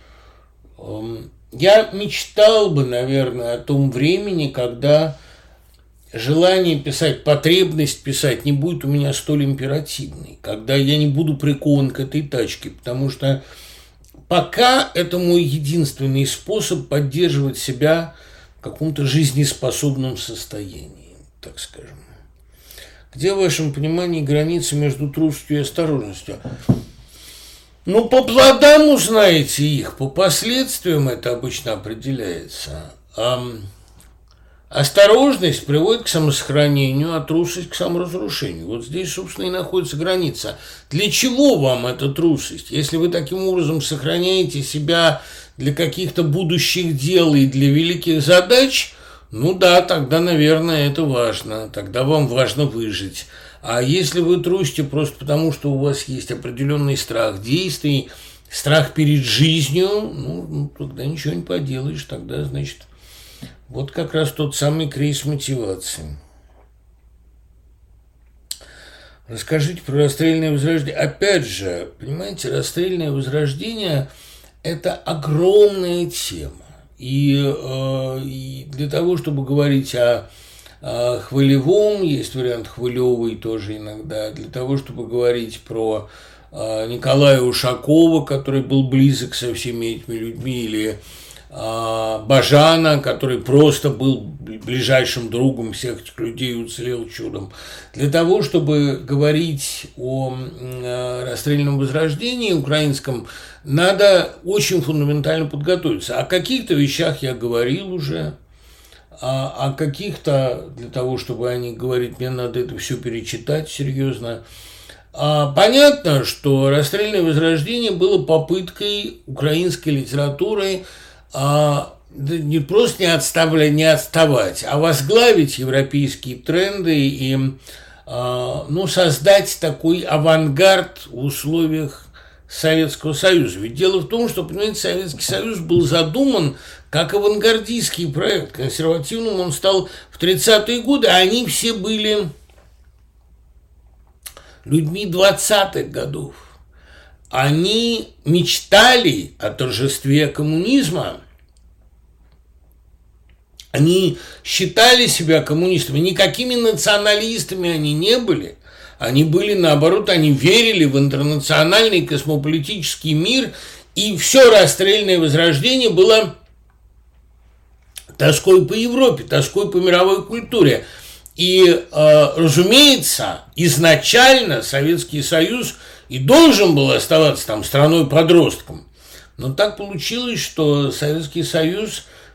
Я мечтал бы, наверное, о том времени, когда желание писать, потребность писать не будет у меня столь императивной, когда я не буду прикован к этой тачке, потому что пока это мой единственный способ поддерживать себя в каком-то жизнеспособном состоянии, так скажем. Где в вашем понимании граница между трусостью и осторожностью? По плодам узнаете их, по последствиям это обычно определяется. Осторожность приводит к самосохранению, а трусость к саморазрушению. Вот здесь, собственно, и находится граница. Для чего вам эта трусость? Если вы таким образом сохраняете себя для каких-то будущих дел и для великих задач, тогда, наверное, это важно. Тогда вам важно выжить. А если вы трусите просто потому, что у вас есть определенный страх действий, страх перед жизнью, тогда ничего не поделаешь. Тогда, значит, вот как раз тот самый кризис мотивации. Расскажите про расстрельное возрождение. Опять же, понимаете, расстрельное возрождение – это огромная тема. И для того, чтобы говорить о Хвылевом, есть вариант Хвылевой тоже иногда, для того, чтобы говорить про Николая Ушакова, который был близок со всеми этими людьми, или Бажана, который просто был ближайшим другом всех этих людей и уцелел чудом. Для того, чтобы говорить о расстрельном возрождении украинском, надо очень фундаментально подготовиться. О каких-то вещах я говорил уже, а каких-то, для того, чтобы о них говорить, мне надо это все перечитать серьезно. Понятно, что расстрельное возрождение было попыткой украинской литературы не просто не отставать, а возглавить европейские тренды и создать такой авангард в условиях Советского Союза. Ведь дело в том, что, понимаете, Советский Союз был задуман как авангардистский проект. Консервативным он стал в 30-е годы, а они все были людьми 20-х годов. Они мечтали о торжестве коммунизма, они считали себя коммунистами, никакими националистами они не были, они были, наоборот, они верили в интернациональный космополитический мир, и все расстрельное возрождение было тоской по Европе, тоской по мировой культуре. И, разумеется, изначально Советский Союз и должен был оставаться там страной-подростком. Но так получилось, что Советский Союз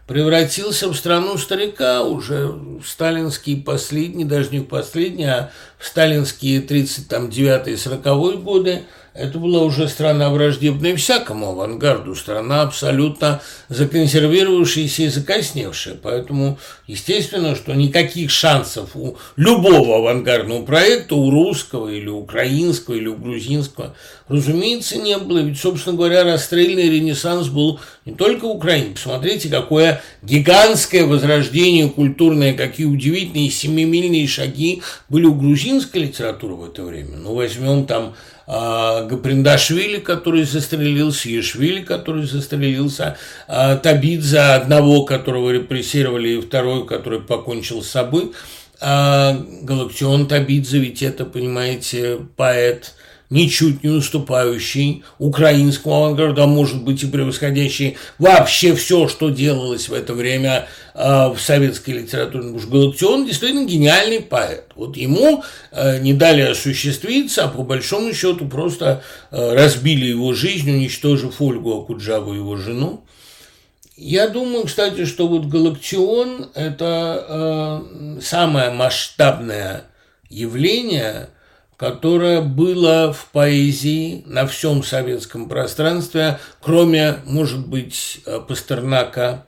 превратился в страну старика, уже в сталинский последний, даже не в последний, а в сталинские 39-е, 40-е годы. Это была уже страна враждебная всякому авангарду, страна абсолютно законсервировавшаяся и закосневшая. Поэтому, естественно, что никаких шансов у любого авангардного проекта, у русского или украинского или у грузинского, разумеется, не было. Ведь, собственно говоря, расстрельный ренессанс был не только в Украине. Посмотрите, какое гигантское возрождение культурное, какие удивительные семимильные шаги были у грузинской литературы в это время. Ну, возьмем там Гаприндашвили, который застрелился, Ешвили, который застрелился, Табидзе, одного, которого репрессировали, и второй, который покончил с собой. Галактион Табидзе, ведь это, понимаете, поэт, ничуть не уступающий украинскому авангарду, а может быть и превосходящий вообще все, что делалось в это время в советской литературе. Потому что Галактион действительно гениальный поэт. Вот ему не дали осуществиться, а по большому счету просто разбили его жизнь, уничтожив Ольгу Акуджаву, его жену. Я думаю, кстати, что вот Галактион – это самое масштабное явление, которое было в поэзии на всем советском пространстве, кроме, может быть, Пастернака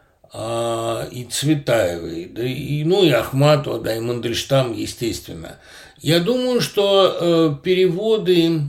и Цветаевой, да и, ну, и Ахматова, да, и Мандельштам, естественно. Я думаю, что переводы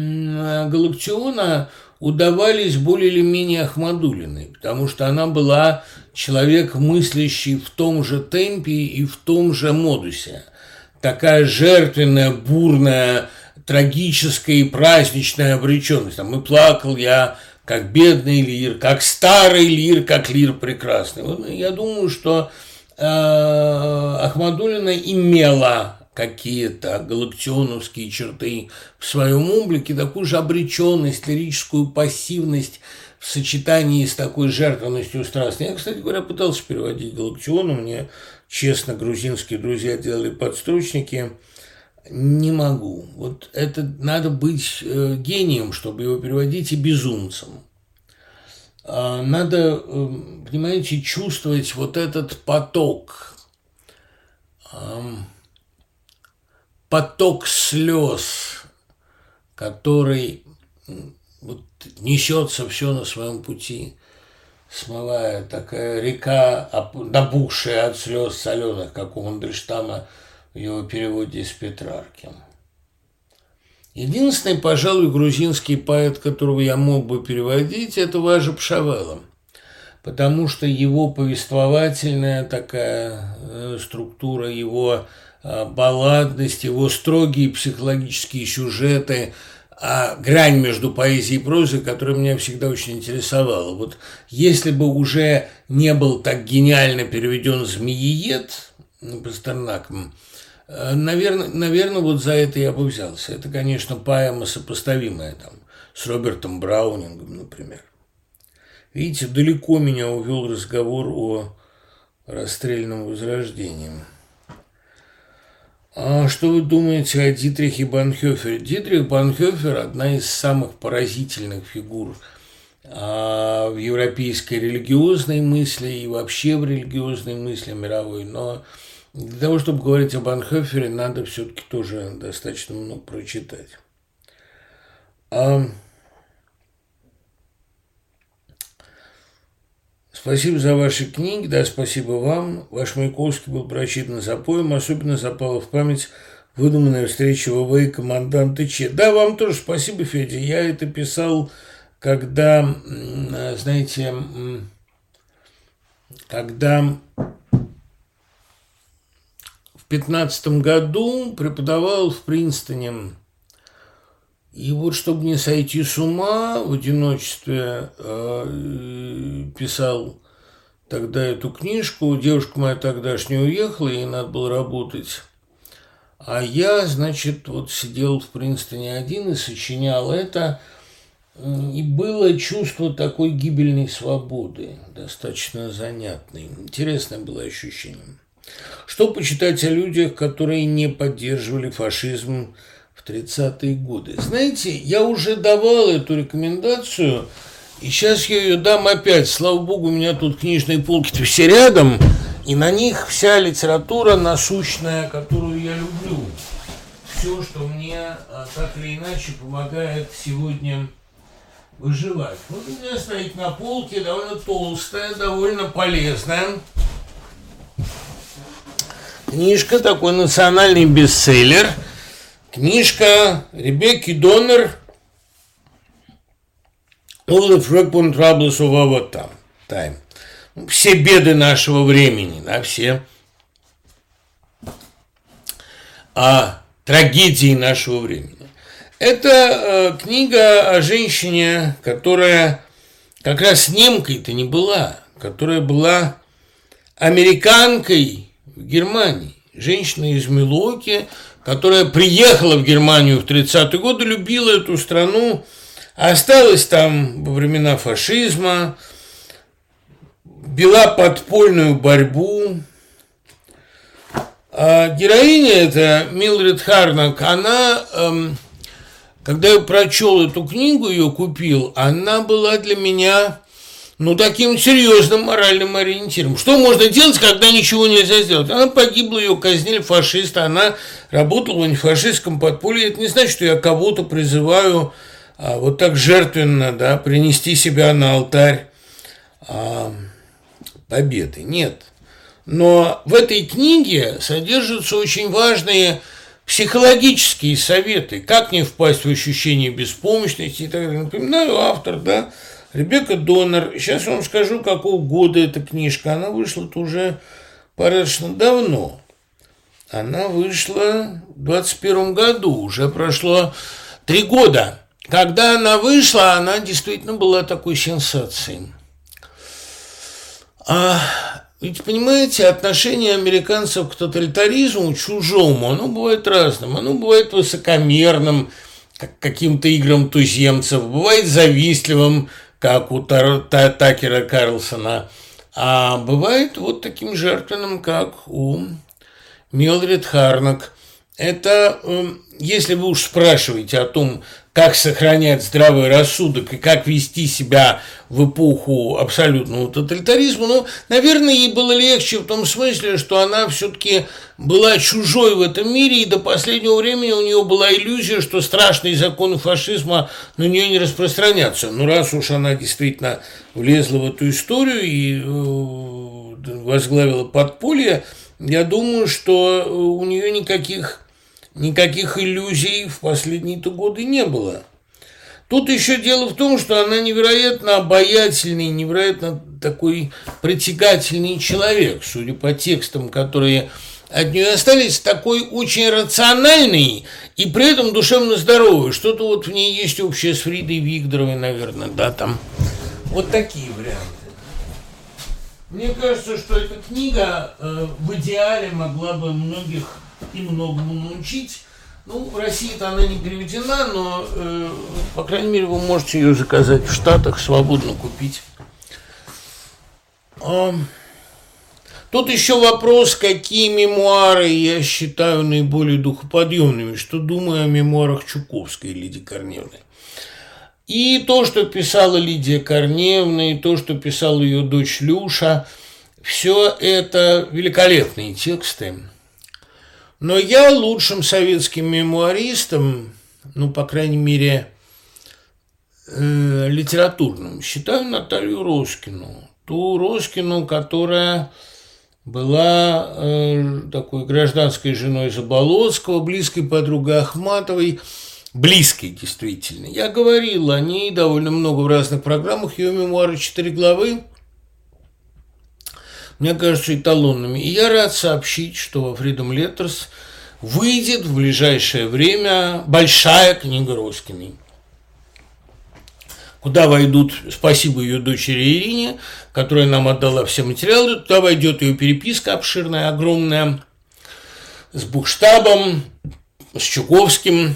Галактиона удавались более или менее Ахмадулиной, потому что она была человек, мыслящий в том же темпе и в том же модусе. Такая жертвенная, бурная, трагическая и праздничная обреченность. Там и плакал я, как бедный лир, как старый лир, как лир прекрасный. Вот я думаю, что Ахмадулина имела какие-то галактионовские черты в своем облике, такую же обреченность, лирическую пассивность в сочетании с такой жертвенностью страстной. Я, кстати говоря, пытался переводить Галактиона, мне, честно, грузинские друзья делали подстрочники. Не могу. Вот это надо быть гением, чтобы его переводить, и безумцем. Надо, понимаете, чувствовать вот этот поток слез, который вот несется все на своем пути, смывая, такая река, набухшая от слез соленых, как у Мандельштама в его переводе из Петрарки. Единственный, пожалуй, грузинский поэт, которого я мог бы переводить, это Важа Пшавела, потому что его повествовательная такая структура, его балладность, его строгие психологические сюжеты, грань между поэзией и прозой, которая меня всегда очень интересовала. Вот если бы уже не был так гениально переведен «Змеиед» Пастернаком, наверное, вот за это я бы взялся. Это, конечно, поэма сопоставимая там с Робертом Браунингом, например. Видите, далеко меня увел разговор о расстрельном возрождении. А что вы думаете о Дитрихе Бонхофере? Дитрих Бонхофер – одна из самых поразительных фигур в европейской религиозной мысли и вообще в религиозной мысли мировой. Но для того, чтобы говорить о Бонхофере, надо все-таки тоже достаточно много прочитать. Спасибо за ваши книги, да, спасибо вам. Ваш Маяковский был прочитан запоем, особенно запала в память выдуманная встреча ВВ и команданта Че. Да, вам тоже спасибо, Федя. Я это писал, когда, знаете, когда в 2015 году преподавал в Принстоне. И вот, чтобы не сойти с ума, в одиночестве писал тогда эту книжку. Девушка моя тогдашняя уехала, ей надо было работать. А я, значит, вот сидел в Принстоне один и сочинял это. И было чувство такой гибельной свободы, достаточно занятной. Интересное было ощущение. Что почитать о людях, которые не поддерживали фашизм в 30-е годы? Знаете, я уже давал эту рекомендацию, И сейчас я ее дам опять. Слава богу, у меня тут книжные полки-то все рядом, и на них вся литература насущная, которую я люблю. Все, что мне так или иначе помогает сегодня выживать. Вот у меня стоит на полке довольно толстая, довольно полезная книжка, такой национальный бестселлер. Книжка Ребекки Доннер «All the frequent troubles of our time». Все беды нашего времени, да, все трагедии нашего времени. Это книга о женщине, которая как раз немкой-то не была, которая была американкой в Германии. Женщина из Милуоки, которая приехала в Германию в 30-е годы, любила эту страну, осталась там во времена фашизма, вела подпольную борьбу. А героиня эта, Милдред Харнак, она, когда я прочел эту книгу, ее купил, она была для меня, таким серьезным моральным ориентиром. Что можно делать, когда ничего нельзя сделать? Она погибла, ее казнили фашисты, она работала в антифашистском подполье. Это не значит, что я кого-то призываю вот так жертвенно, да, принести себя на алтарь победы. Нет. Но в этой книге содержатся очень важные психологические советы, как не впасть в ощущение беспомощности и так далее. Напоминаю, автор, да, Ребекка Доннер. Сейчас вам скажу, какого года эта книжка. Она вышла-то уже порядочно давно. Она вышла в 21 году, уже прошло 3 года. Когда она вышла, она действительно была такой сенсацией. Ведь, понимаете, отношение американцев к тоталитаризму, чужому, оно бывает разным. Оно бывает высокомерным, как каким-то играм туземцев, бывает завистливым, как у Такера Карлсона, а бывает вот таким жертвенным, как у Милдред Харнак. Это, если вы уж спрашиваете о том, как сохранять здравый рассудок и как вести себя в эпоху абсолютного тоталитаризма, наверное, ей было легче в том смысле, что она все-таки была чужой в этом мире, и до последнего времени у нее была иллюзия, что страшные законы фашизма на нее не распространятся. Но раз уж она действительно влезла в эту историю и возглавила подполье, я думаю, что у нее никаких иллюзий в последние-то годы не было. Тут еще дело в том, что она невероятно обаятельный, невероятно такой притягательный человек, судя по текстам, которые от нее остались, такой очень рациональный и при этом душевно здоровый. Что-то вот в ней есть общее с Фридой Вигдоровой, наверное, да, там вот такие варианты. Мне кажется, что эта книга в идеале могла бы многих и многому научить. В России-то она не переведена, но, по крайней мере, вы можете ее заказать в Штатах, свободно купить. Тут еще вопрос, какие мемуары я считаю наиболее духоподъемными, что думаю о мемуарах Чуковской Лидии Корнеевны. И то, что писала Лидия Корнеевна, и то, что писала ее дочь Люша, все это великолепные тексты. Но я лучшим советским мемуаристом, по крайней мере, литературным, считаю Наталью Роскину. Ту Роскину, которая была такой гражданской женой Заболоцкого, близкой подругой Ахматовой, близкой действительно. Я говорил о ней довольно много в разных программах, ее мемуары 4 главы, мне кажется, эталонными. И я рад сообщить, что во Freedom Letters выйдет в ближайшее время большая книга Роскиной, куда войдут, спасибо ее дочери Ирине, которая нам отдала все материалы, туда войдет ее переписка обширная, огромная, с Бухштабом, с Чуковским,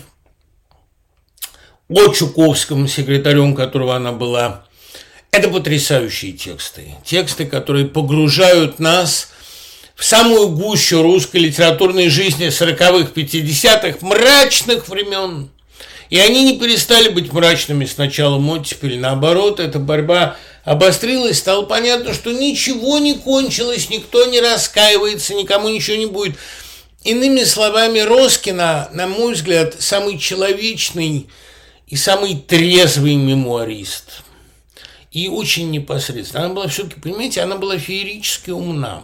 о Чуковском, секретарем которого она была. Это потрясающие тексты, которые погружают нас в самую гущу русской литературной жизни 40-х, 50-х, мрачных времен. И они не перестали быть мрачными с началом оттепели. Наоборот, эта борьба обострилась, стало понятно, что ничего не кончилось, никто не раскаивается, никому ничего не будет. Иными словами, Роскина, на мой взгляд, самый человечный и самый трезвый мемуарист. И очень непосредственно. Она была все-таки, понимаете, она была феерически умна.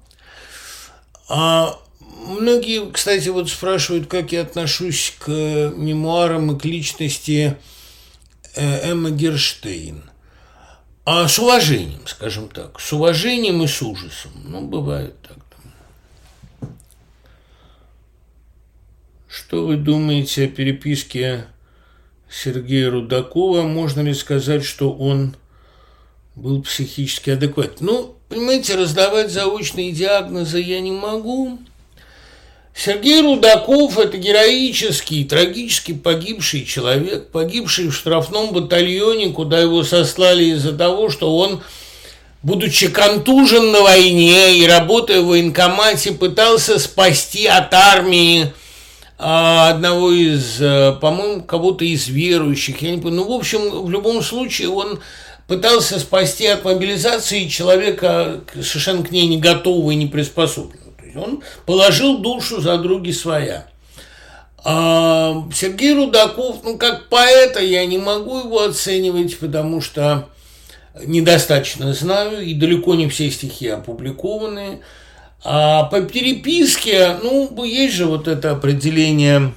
Многие, кстати, вот спрашивают, как я отношусь к мемуарам и к личности Эммы Герштейн. С уважением, скажем так. С уважением и с ужасом. Бывает так. Что вы думаете о переписке Сергея Рудакова? Можно ли сказать, что он был психически адекватен? Понимаете, раздавать заочные диагнозы я не могу. Сергей Рудаков – это героический, трагически погибший человек, погибший в штрафном батальоне, куда его сослали из-за того, что он, будучи контужен на войне и работая в военкомате, пытался спасти от армии одного из, по-моему, кого-то из верующих, я не помню. В общем, в любом случае он пытался спасти от мобилизации человека, совершенно к ней не готового и не приспособленного. То есть он положил душу за други своя. Сергей Рудаков, как поэта я не могу его оценивать, потому что недостаточно знаю, и далеко не все стихи опубликованы. А по переписке, есть же вот это определение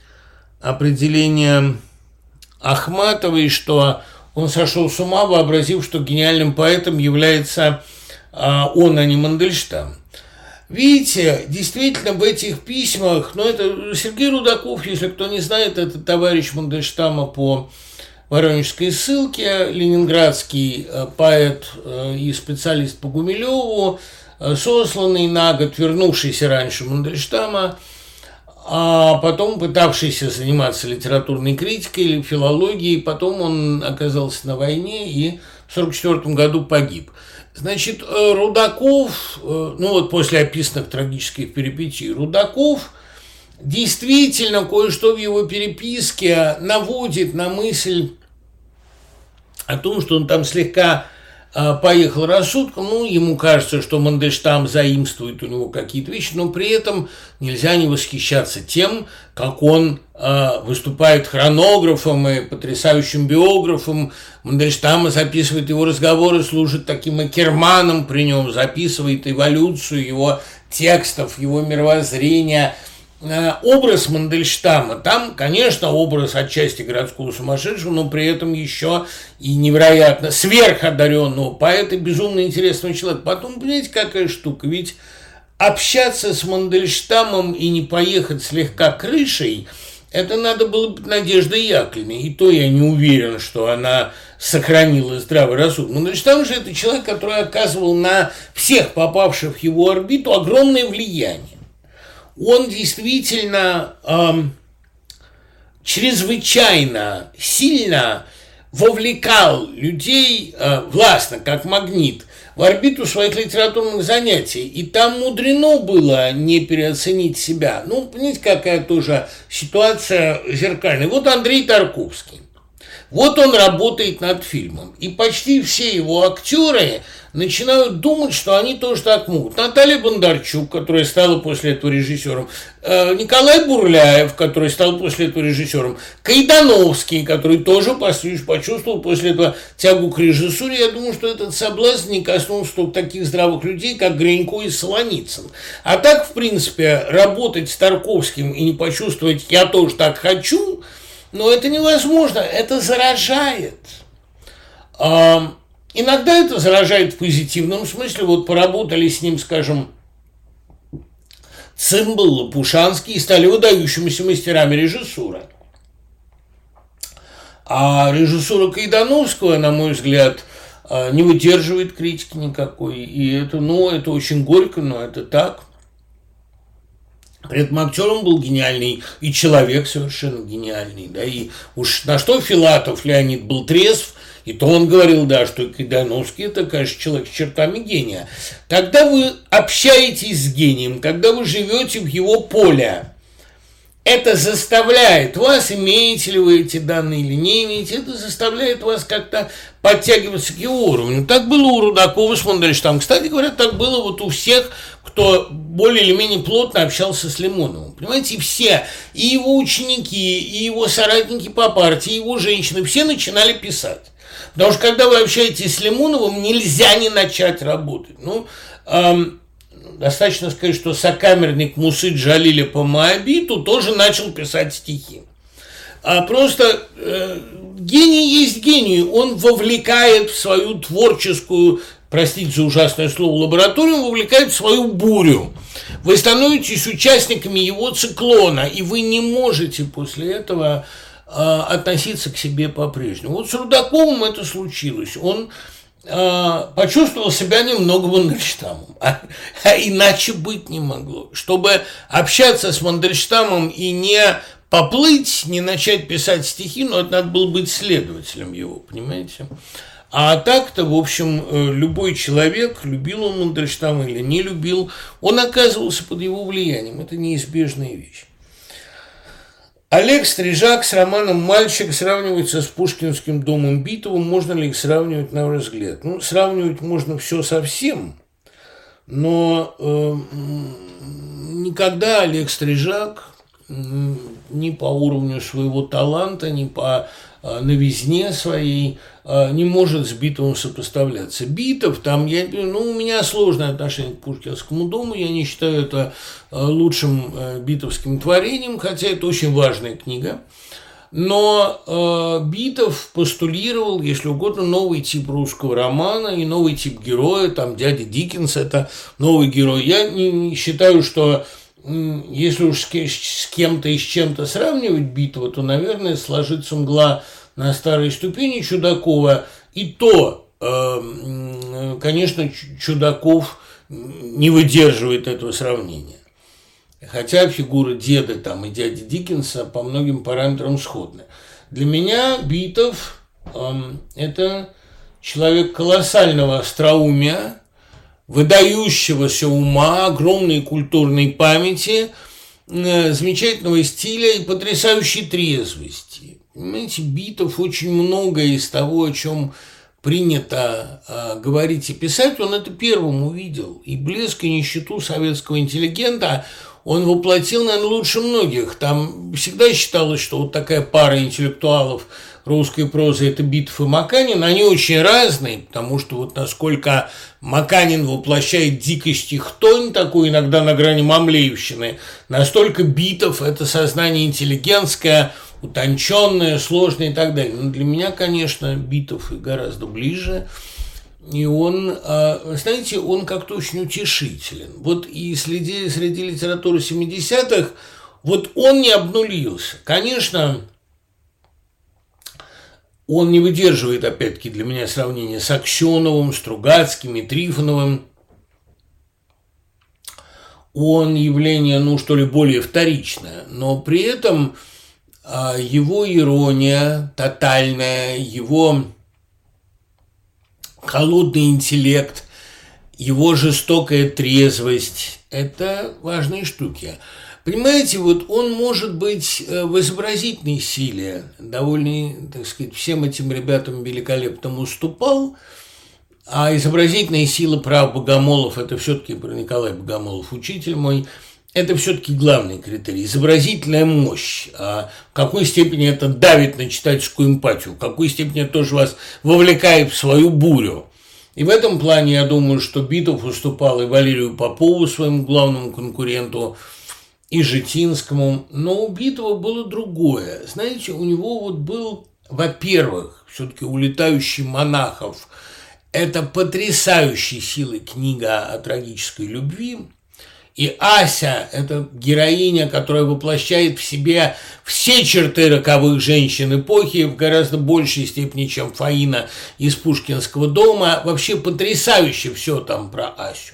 Ахматовой, что он сошел с ума, вообразив, что гениальным поэтом является он, а не Мандельштам. Видите, действительно в этих письмах, это Сергей Рудаков, если кто не знает, это товарищ Мандельштама по Воронежской ссылке, ленинградский поэт и специалист по Гумилеву, сосланный на год, вернувшийся раньше Мандельштама, а потом пытавшийся заниматься литературной критикой или филологией, потом он оказался на войне и в 1944 году погиб. Значит, Рудаков, после описанных трагических перипетий, Рудаков действительно кое-что в его переписке наводит на мысль о том, что он там слегка поехал рассудком, ему кажется, что Мандельштам заимствует у него какие-то вещи, но при этом нельзя не восхищаться тем, как он выступает хронографом и потрясающим биографом. Мандельштам записывает его разговоры, служит таким акерманом при нем, записывает эволюцию его текстов, его мировоззрения. Образ Мандельштама, там, конечно, образ отчасти городского сумасшедшего, но при этом еще и невероятно сверходаренного поэта, безумно интересного человека. Потом, понимаете, какая штука, ведь общаться с Мандельштамом и не поехать слегка крышей, это надо было быть Надеждой Яковлевной, и то я не уверен, что она сохранила здравый рассудок. Мандельштам же это человек, который оказывал на всех попавших в его орбиту огромное влияние. Он действительно чрезвычайно сильно вовлекал людей властно, как магнит, в орбиту своих литературных занятий. И там мудрено было не переоценить себя. Понимаете, какая тоже ситуация зеркальная. Вот Андрей Тарковский. Вот он работает над фильмом. И почти все его актеры начинают думать, что они тоже так могут. Наталья Бондарчук, которая стала после этого режиссером, Николай Бурляев, который стал после этого режиссером, Кайдановский, который тоже почувствовал после этого тягу к режиссуре. Я думаю, что этот соблазн не коснулся только таких здравых людей, как Гринько и Солоницын. А так, в принципе, работать с Тарковским и не почувствовать «я тоже так хочу», это невозможно, это заражает. Иногда это заражает в позитивном смысле. Вот поработали с ним, скажем, Цимбал, Лопушанский и стали выдающимися мастерами режиссуры. А режиссура Кайдановского, на мой взгляд, не выдерживает критики никакой. И это, это очень горько, но это так. При этом актером был гениальный и человек совершенно гениальный. Да, и уж на что Филатов Леонид был трезв, и то он говорил, да, что Кайдановский – это, конечно, человек с чертами гения. Когда вы общаетесь с гением, когда вы живете в его поле, это заставляет вас, имеете ли вы эти данные или не имеете, это заставляет вас как-то подтягиваться к его уровню. Так было у Рудакова с Мандельштамом. Кстати говоря, так было вот у всех, кто более или менее плотно общался с Лимоновым. Понимаете, и все, и его ученики, и его соратники по партии, и его женщины, все начинали писать. Потому что когда вы общаетесь с Лимоновым, нельзя не начать работать. Достаточно сказать, что сокамерник Мусы Джалиля по Моабиту тоже начал писать стихи. Просто гений есть гений, он вовлекает в свою творческую, простите за ужасное слово, лабораторию, вовлекает в свою бурю. Вы становитесь участниками его циклона, и вы не можете после этого относиться к себе по-прежнему. Вот с Рудаковым это случилось. Он почувствовал себя немного Мандельштамом, а иначе быть не могло. Чтобы общаться с Мандельштамом и не поплыть, не начать писать стихи, но это надо было быть следователем его, понимаете? А так-то, в общем, любой человек, любил он Мандельштама или не любил, он оказывался под его влиянием. Это неизбежная вещь. Олег Стрижак с романом «Мальчик» сравнивается с пушкинским домом Битова. Можно ли их сравнивать, на ваш взгляд? Сравнивать можно все со всем, но никогда Олег Стрижак ни по уровню своего таланта, ни по новизне своей не может с Битовым сопоставляться. Битов, у меня сложное отношение к Пушкинскому дому, я не считаю это лучшим битовским творением, хотя это очень важная книга. Но Битов постулировал, если угодно, новый тип русского романа и новый тип героя, дядя Диккенс – это новый герой. Я не считаю, что если уж с кем-то и с чем-то сравнивать Битова, то, наверное, сложится «Мгла на старой ступени» Чудакова. И то, конечно, Чудаков не выдерживает этого сравнения. Хотя фигуры деда и дяди Диккенса по многим параметрам сходны. Для меня Битов это человек колоссального остроумия, выдающегося ума, огромной культурной памяти, замечательного стиля и потрясающей трезвости. Понимаете, Битов очень многое из того, о чем принято говорить и писать, он это первым увидел. И блеск и нищету советского интеллигента он воплотил, наверное, лучше многих. Там всегда считалось, что вот такая пара интеллектуалов русской прозы – это Битов и Маканин. Они очень разные, потому что вот насколько Маканин воплощает дикость и хтонь, такую иногда на грани мамлеевщины, настолько Битов – это сознание интеллигентское, утонченное, сложное и так далее. Но для меня, конечно, Битов гораздо ближе. И он, знаете, он как-то очень утешителен. Вот и среди литературы 70-х, вот он не обнулился. Конечно, он не выдерживает, опять-таки, для меня сравнения с Аксеновым, Стругацким и Трифоновым. Он явление, более вторичное. Но при этом его ирония тотальная, его холодный интеллект, его жестокая трезвость – это важные штуки. Понимаете, вот он может быть в изобразительной силе довольно, так сказать, всем этим ребятам великолепно уступал, а изобразительная сила прав Богомолов – это все-таки про Николай Богомолов, учитель мой, это все-таки главный критерий. Изобразительная мощь. В какой степени это давит на читательскую эмпатию, в какой степени это тоже вас вовлекает в свою бурю. И в этом плане я думаю, что Битов уступал и Валерию Попову, своему главному конкуренту, и Житинскому. Но у Битова было другое. Знаете, у него вот был, во-первых, все-таки «Улетающий монахов». Это потрясающей силы книга о трагической любви. И Ася – это героиня, которая воплощает в себе все черты роковых женщин эпохи в гораздо большей степени, чем Фаина из Пушкинского дома. Вообще потрясающе все там про Асю.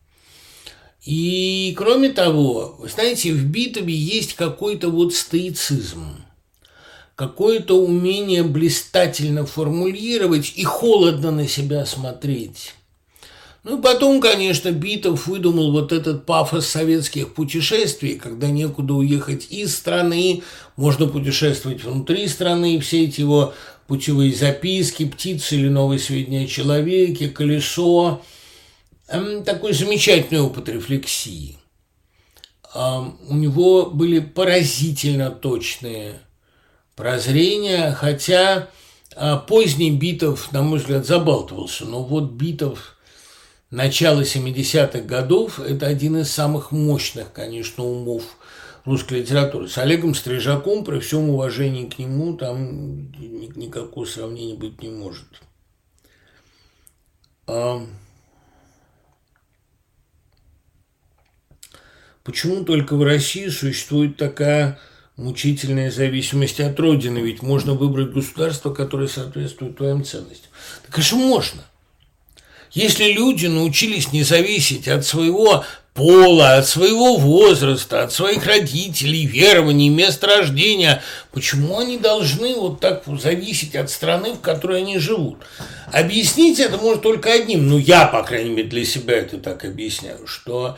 И, кроме того, вы знаете, в Битове есть какой-то вот стоицизм, какое-то умение блистательно формулировать и холодно на себя смотреть. Ну и потом, конечно, Битов выдумал вот этот пафос советских путешествий, когда некуда уехать из страны, можно путешествовать внутри страны, и все эти его путевые записки, птицы или новые сведения о человеке, колесо. Такой замечательный опыт рефлексии. У него были поразительно точные прозрения, хотя поздний Битов, на мой взгляд, забалтывался. Но вот Битов начала 70-х годов – это один из самых мощных, конечно, умов русской литературы. С Олегом Стрижаком, при всем уважении к нему, там никакого сравнения быть не может. Почему только в России существует такая мучительная зависимость от Родины? Ведь можно выбрать государство, которое соответствует твоим ценностям. Так конечно, можно. Если люди научились не зависеть от своего пола, от своего возраста, от своих родителей, верований, места рождения, почему они должны вот так зависеть от страны, в которой они живут? Объяснить это может только одним, ну я, по крайней мере, для себя это так объясняю, что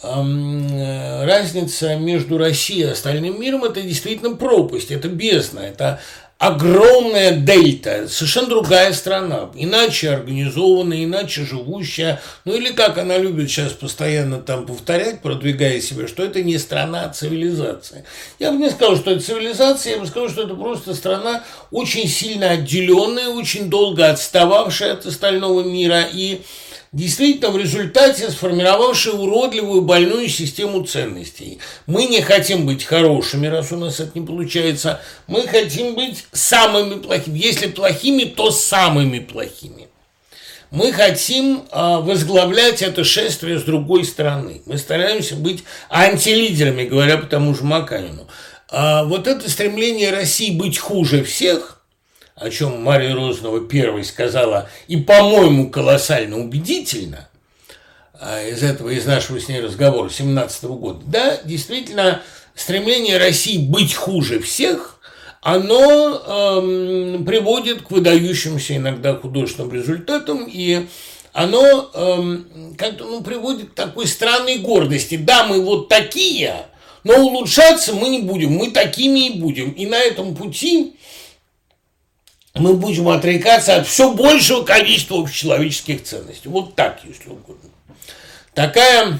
разница между Россией и остальным миром – это действительно пропасть, это бездна, это огромная дельта, совершенно другая страна, иначе организованная, иначе живущая, ну или как она любит сейчас постоянно там повторять, продвигая себя, что это не страна, а цивилизация. Я бы не сказал, что это цивилизация, я бы сказал, что это просто страна очень сильно отделенная, очень долго отстававшая от остального мира и действительно в результате сформировавшая уродливую больную систему ценностей. Мы не хотим быть хорошими, раз у нас это не получается. Мы хотим быть самыми плохими. Если плохими, то самыми плохими. Мы хотим возглавлять это шествие с другой стороны. Мы стараемся быть антилидерами, говоря по тому же Маканину. Вот это стремление России быть хуже всех, о чем Мария Розанова первой сказала, и, по-моему, колоссально убедительно, из нашего с ней разговора 2017 года, да, действительно, стремление России быть хуже всех, оно приводит к выдающимся иногда художественным результатам, и оно как-то приводит к такой странной гордости. Да, мы вот такие, но улучшаться мы не будем, мы такими и будем. И на этом пути мы будем отрекаться от все большего количества общечеловеческих ценностей. Вот так, если угодно. Такая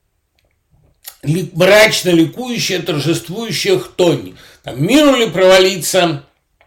мрачно ликующая, торжествующая хтонь. Там, миру ли провалиться,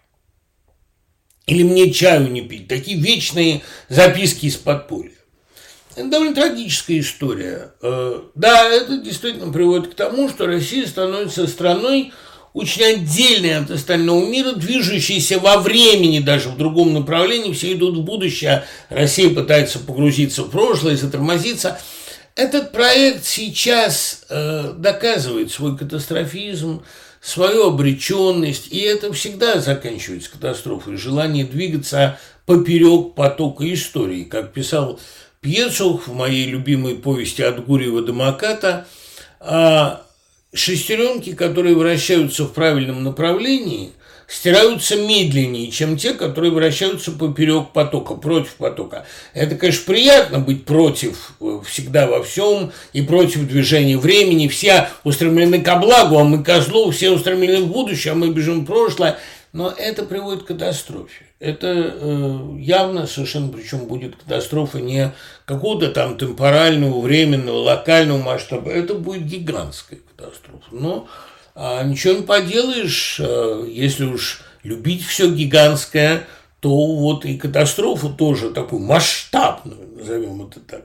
или мне чаю не пить. Такие вечные записки из подполья. Это довольно трагическая история. Да, это действительно приводит к тому, что Россия становится страной, очень отдельные от остального мира, движущиеся во времени, даже в другом направлении, все идут в будущее, Россия пытается погрузиться в прошлое, затормозиться. Этот проект сейчас доказывает свой катастрофизм, свою обреченность, и это всегда заканчивается катастрофой, желание двигаться поперек потока истории. Как писал Пьецух в моей любимой повести «От Гурьева до Маката», шестеренки, которые вращаются в правильном направлении, стираются медленнее, чем те, которые вращаются поперек потока, против потока. Это, конечно, приятно быть против всегда во всем и против движения времени. Все устремлены ко благу, а мы ко злу, все устремлены в будущее, а мы бежим в прошлое. Но это приводит к катастрофе. Это явно совершенно, причем будет катастрофа не какого-то там темпорального, временного, локального масштаба. Это будет гигантская катастрофа. Но ничего не поделаешь, если уж любить все гигантское, то вот и катастрофу тоже такую масштабную, назовем это так.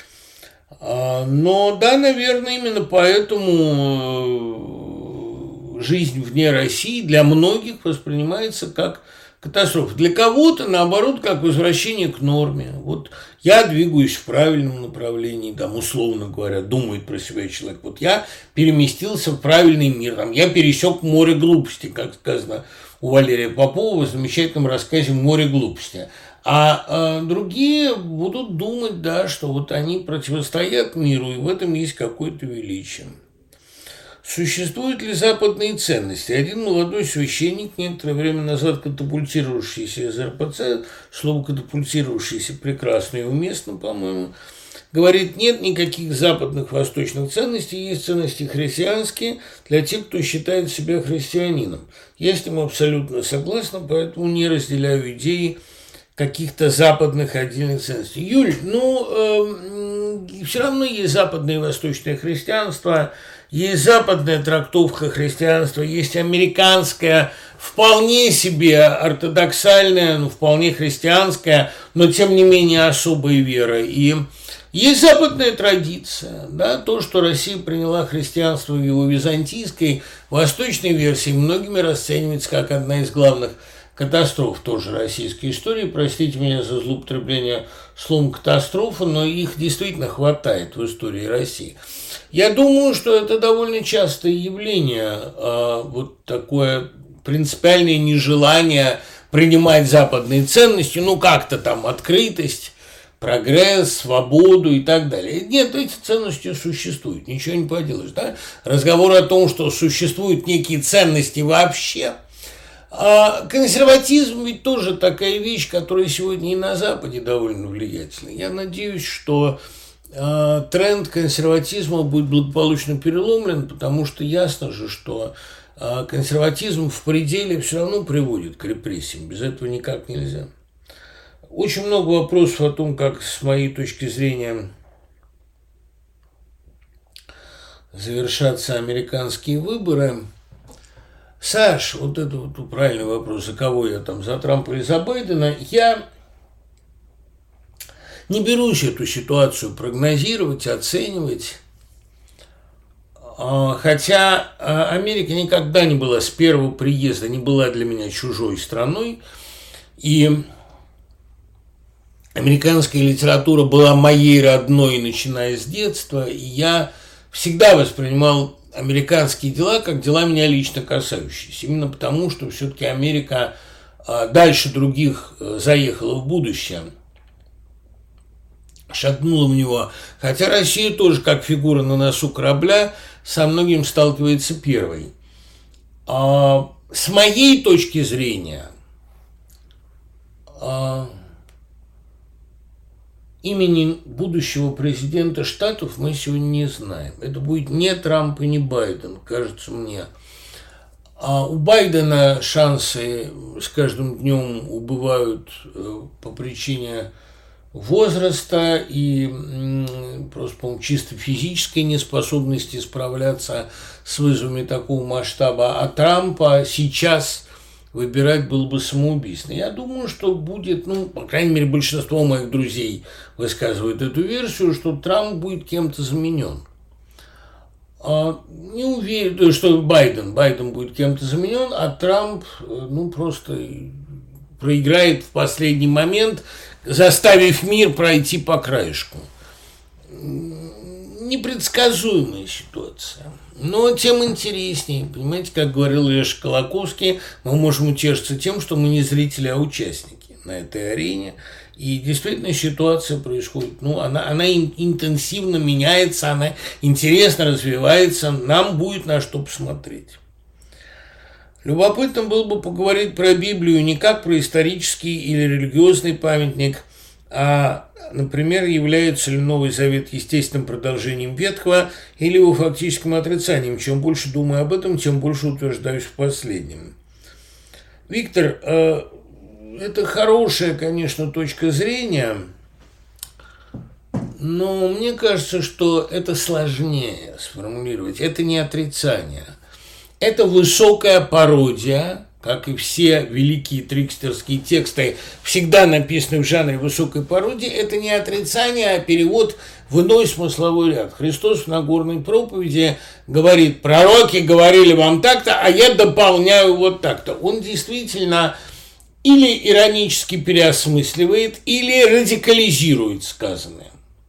Но да, наверное, именно поэтому жизнь вне России для многих воспринимается как катастрофа. Для кого-то, наоборот, как возвращение к норме. Вот я двигаюсь в правильном направлении, там, условно говоря, думает про себя человек. Вот я переместился в правильный мир, там, я пересек море глупости, как сказано у Валерия Попова в замечательном рассказе «Море глупости». А другие будут думать, да, что вот они противостоят миру, и в этом есть какое-то величие. Существуют ли западные ценности? Один молодой священник, некоторое время назад катапультировавшийся из РПЦ, слово «катапультировавшийся» прекрасно и уместно, по-моему, говорит, нет никаких западных восточных ценностей, есть ценности христианские для тех, кто считает себя христианином. Я с ним абсолютно согласна, поэтому не разделяю идеи каких-то западных отдельных ценностей. Юль, все равно есть западное и восточное христианство, есть западная трактовка христианства, есть американская, вполне себе ортодоксальная, вполне христианская, но тем не менее особая вера. И есть западная традиция, да, то, что Россия приняла христианство в его византийской, восточной версии, многими расценивается как одна из главных катастроф тоже российской истории. Простите меня за злоупотребление словом «катастрофа», но их действительно хватает в истории России. Я думаю, что это довольно частое явление, вот такое принципиальное нежелание принимать западные ценности, как-то там открытость, прогресс, свободу и так далее. Нет, эти ценности существуют, ничего не поделаешь, да? Разговор о том, что существуют некие ценности вообще. А консерватизм ведь тоже такая вещь, которая сегодня и на Западе довольно влиятельна. Я надеюсь, что тренд консерватизма будет благополучно переломлен, потому что ясно же, что консерватизм в пределе все равно приводит к репрессиям. Без этого никак нельзя. Очень много вопросов о том, как, с моей точки зрения, завершатся американские выборы. Саш, вот это вот правильный вопрос, за кого я там, за Трампа или за Байдена. Я не берусь эту ситуацию прогнозировать, оценивать. Хотя Америка никогда не была с первого приезда, не была для меня чужой страной. И американская литература была моей родной, начиная с детства. И я всегда воспринимал американские дела как дела меня лично касающиеся. Именно потому, что все-таки Америка дальше других заехала в будущее, шагнула в него. Хотя Россия тоже, как фигура на носу корабля, со многим сталкивается первой. С моей точки зрения, имени будущего президента Штатов мы сегодня не знаем. Это будет не Трамп и не Байден, кажется мне. У Байдена шансы с каждым днем убывают по причине возраста и просто, по-моему, чисто физической неспособности справляться с вызовами такого масштаба. А Трампа сейчас выбирать было бы самоубийственно. Я думаю, что будет, по крайней мере, большинство моих друзей высказывают эту версию, что Трамп будет кем-то заменен. Не уверен, что Байден будет кем-то заменен, а Трамп, просто проиграет в последний момент, заставив мир пройти по краешку. Непредсказуемая ситуация. Но тем интереснее, понимаете, как говорил Леша Колоковский, мы можем утешиться тем, что мы не зрители, а участники на этой арене. И действительно ситуация происходит, она интенсивно меняется, она интересно развивается, нам будет на что посмотреть. Любопытно было бы поговорить про Библию не как про исторический или религиозный памятник, а, например, является ли Новый Завет естественным продолжением Ветхого или его фактическим отрицанием. Чем больше думаю об этом, тем больше утверждаюсь в последнем. Виктор, это хорошая, конечно, точка зрения, но мне кажется, что это сложнее сформулировать. Это не отрицание. Это высокая пародия, как и все великие трикстерские тексты, всегда написаны в жанре высокой пародии. Это не отрицание, а перевод в иной смысловой ряд. Христос в Нагорной проповеди говорит: пророки говорили вам так-то, а я дополняю вот так-то. Он действительно или иронически переосмысливает, или радикализирует сказанное.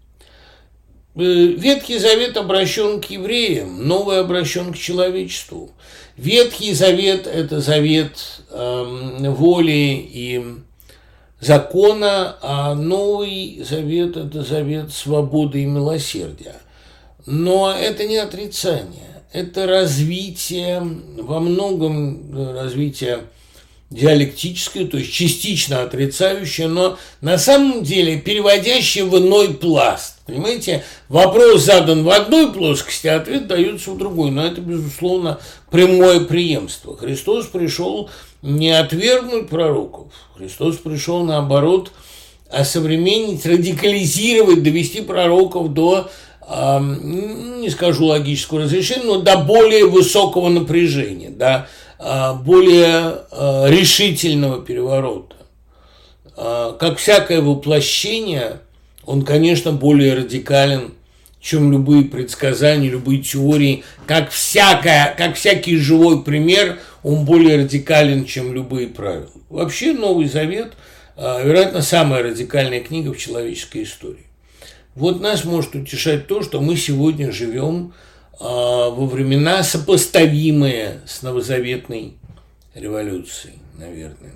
Ветхий Завет обращен к евреям, Новый обращен к человечеству. Ветхий Завет – это завет воли и закона, а Новый Завет – это завет свободы и милосердия. Но это не отрицание. это развитие, во многом развитие диалектическое, то есть частично отрицающее, но на самом деле переводящее в иной пласт. Понимаете, вопрос задан в одной плоскости, а ответ дается в другой. Но это, безусловно, прямое преемство. Христос пришел не отвергнуть пророков. Христос пришел, наоборот, осовременить, радикализировать, довести пророков до, не скажу логического разрешения, но до более высокого напряжения, до более решительного переворота. Как всякое воплощение, он, конечно, более радикален, чем любые предсказания, любые теории. Как всякий живой пример, он более радикален, чем любые правила. Вообще, Новый Завет, вероятно, самая радикальная книга в человеческой истории. Вот нас может утешать то, что мы сегодня живем во времена, сопоставимые с новозаветной революцией, наверное.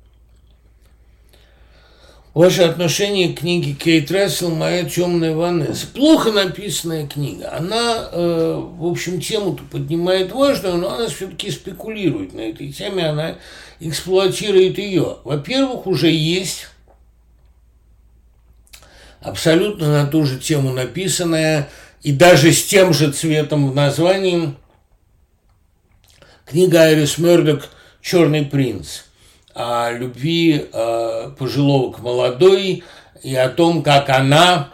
Ваше отношение к книге Кейт Рассел «Моя темная Ванесса». Плохо написанная книга. Она, в общем, тему-то поднимает важную, но она все-таки спекулирует на этой теме, она эксплуатирует ее. Во-первых, уже есть абсолютно на ту же тему написанная и даже с тем же цветом в названии книга Айрис Мёрдок «Черный принц», о любви пожилого к молодой и о том, как она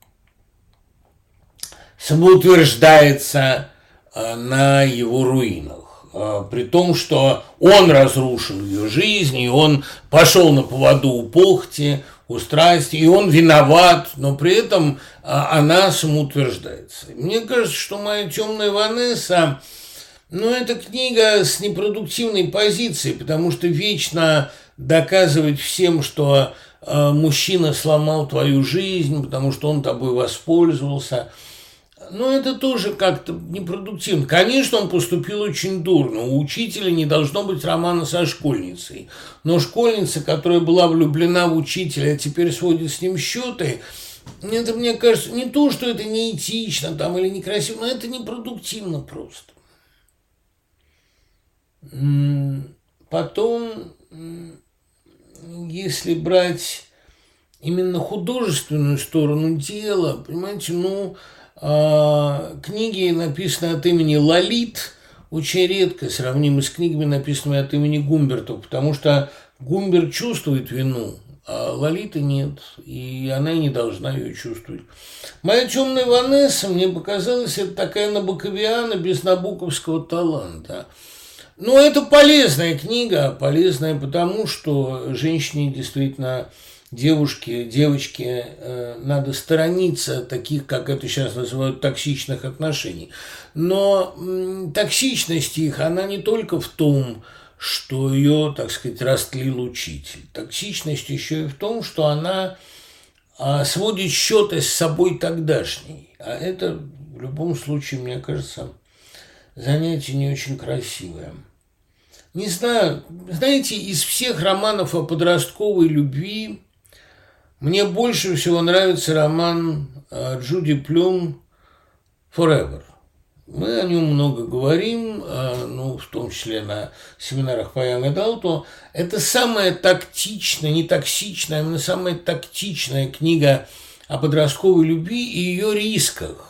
самоутверждается на его руинах. При том, что он разрушил ее жизнь, и он пошел на поводу у похоти, у страсти, и он виноват, но при этом она самоутверждается. Мне кажется, что «Моя темная Ванесса», это книга с непродуктивной позицией, потому что вечно доказывать всем, что мужчина сломал твою жизнь, потому что он тобой воспользовался, это тоже как-то непродуктивно. Конечно, он поступил очень дурно. У учителя не должно быть романа со школьницей. Но школьница, которая была влюблена в учителя, а теперь сводит с ним счеты, это, мне кажется, не то, что это неэтично или некрасиво, но это непродуктивно просто. Потом, если брать именно художественную сторону дела, понимаете, книги, написанные от имени Лолит, очень редко сравнимы с книгами, написанными от имени Гумбертов, потому что Гумберт чувствует вину, а Лолита нет, и она и не должна ее чувствовать. «Моя темная Ванесса», мне показалось, это такая набоковиана без набоковского таланта. Это полезная книга, полезная потому, что женщине действительно, девочке надо сторониться таких, как это сейчас называют, токсичных отношений. Но токсичность их, она не только в том, что ее, так сказать, растлил учитель. Токсичность еще и в том, что она сводит счеты с собой тогдашней. А это в любом случае, мне кажется, занятие не очень красивое. Не знаю, знаете, из всех романов о подростковой любви мне больше всего нравится роман Джуди Плюм «Forever». Мы о нем много говорим, в том числе на семинарах по Young Adult. Это самая тактичная, не токсичная, а именно самая тактичная книга о подростковой любви и ее рисках.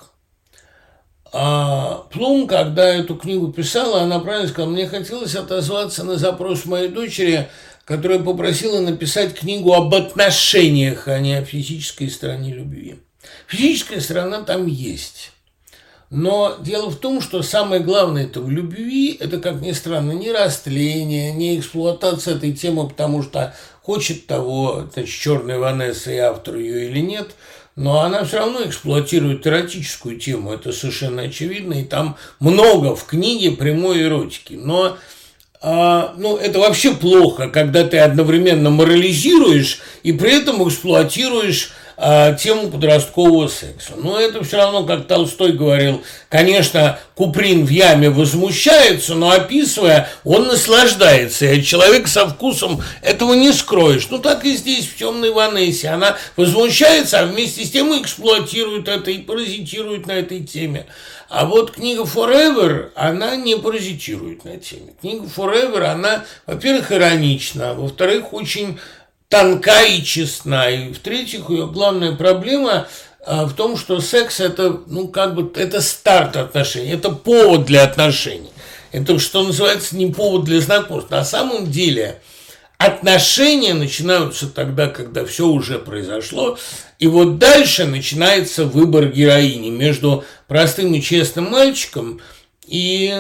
А Плум, когда эту книгу писала, она правильно сказала, мне хотелось отозваться на запрос моей дочери, которая попросила написать книгу об отношениях, а не о физической стороне любви. Физическая сторона там есть. Но дело в том, что самое главное это в любви, это, как ни странно, не растление, не эксплуатация этой темы, потому что хочет того, черная Ванесса и автор ее или нет, но она все равно эксплуатирует эротическую тему, это совершенно очевидно, и там много в книге прямой эротики. Но это вообще плохо, когда ты одновременно морализируешь и при этом эксплуатируешь тему подросткового секса. Но это все равно, как Толстой говорил, конечно, Куприн в яме возмущается, но описывая, он наслаждается. И человек со вкусом этого не скроешь. Ну, так и здесь, в «Темной Ванессе». Она возмущается, а вместе с тем эксплуатирует это и паразитирует на этой теме. А вот книга «Forever», она не паразитирует на теме. Книга «Forever», она, во-первых, иронична, во-вторых, очень тонка и честна, и, в-третьих, ее главная проблема в том, что секс – это, это старт отношений, это повод для отношений. Это, что называется, не повод для знакомств. На самом деле отношения начинаются тогда, когда все уже произошло, и вот дальше начинается выбор героини между простым и честным мальчиком и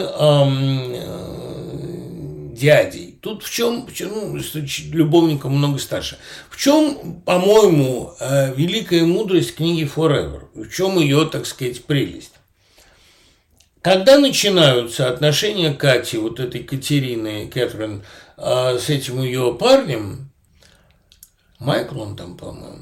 дядей. Тут в чем, любовником много старше. В чем, по-моему, великая мудрость книги «Forever», в чем ее, так сказать, прелесть? Когда начинаются отношения Кати, вот этой Катерины, Кэтрин, с этим ее парнем, Майкл он там, по-моему,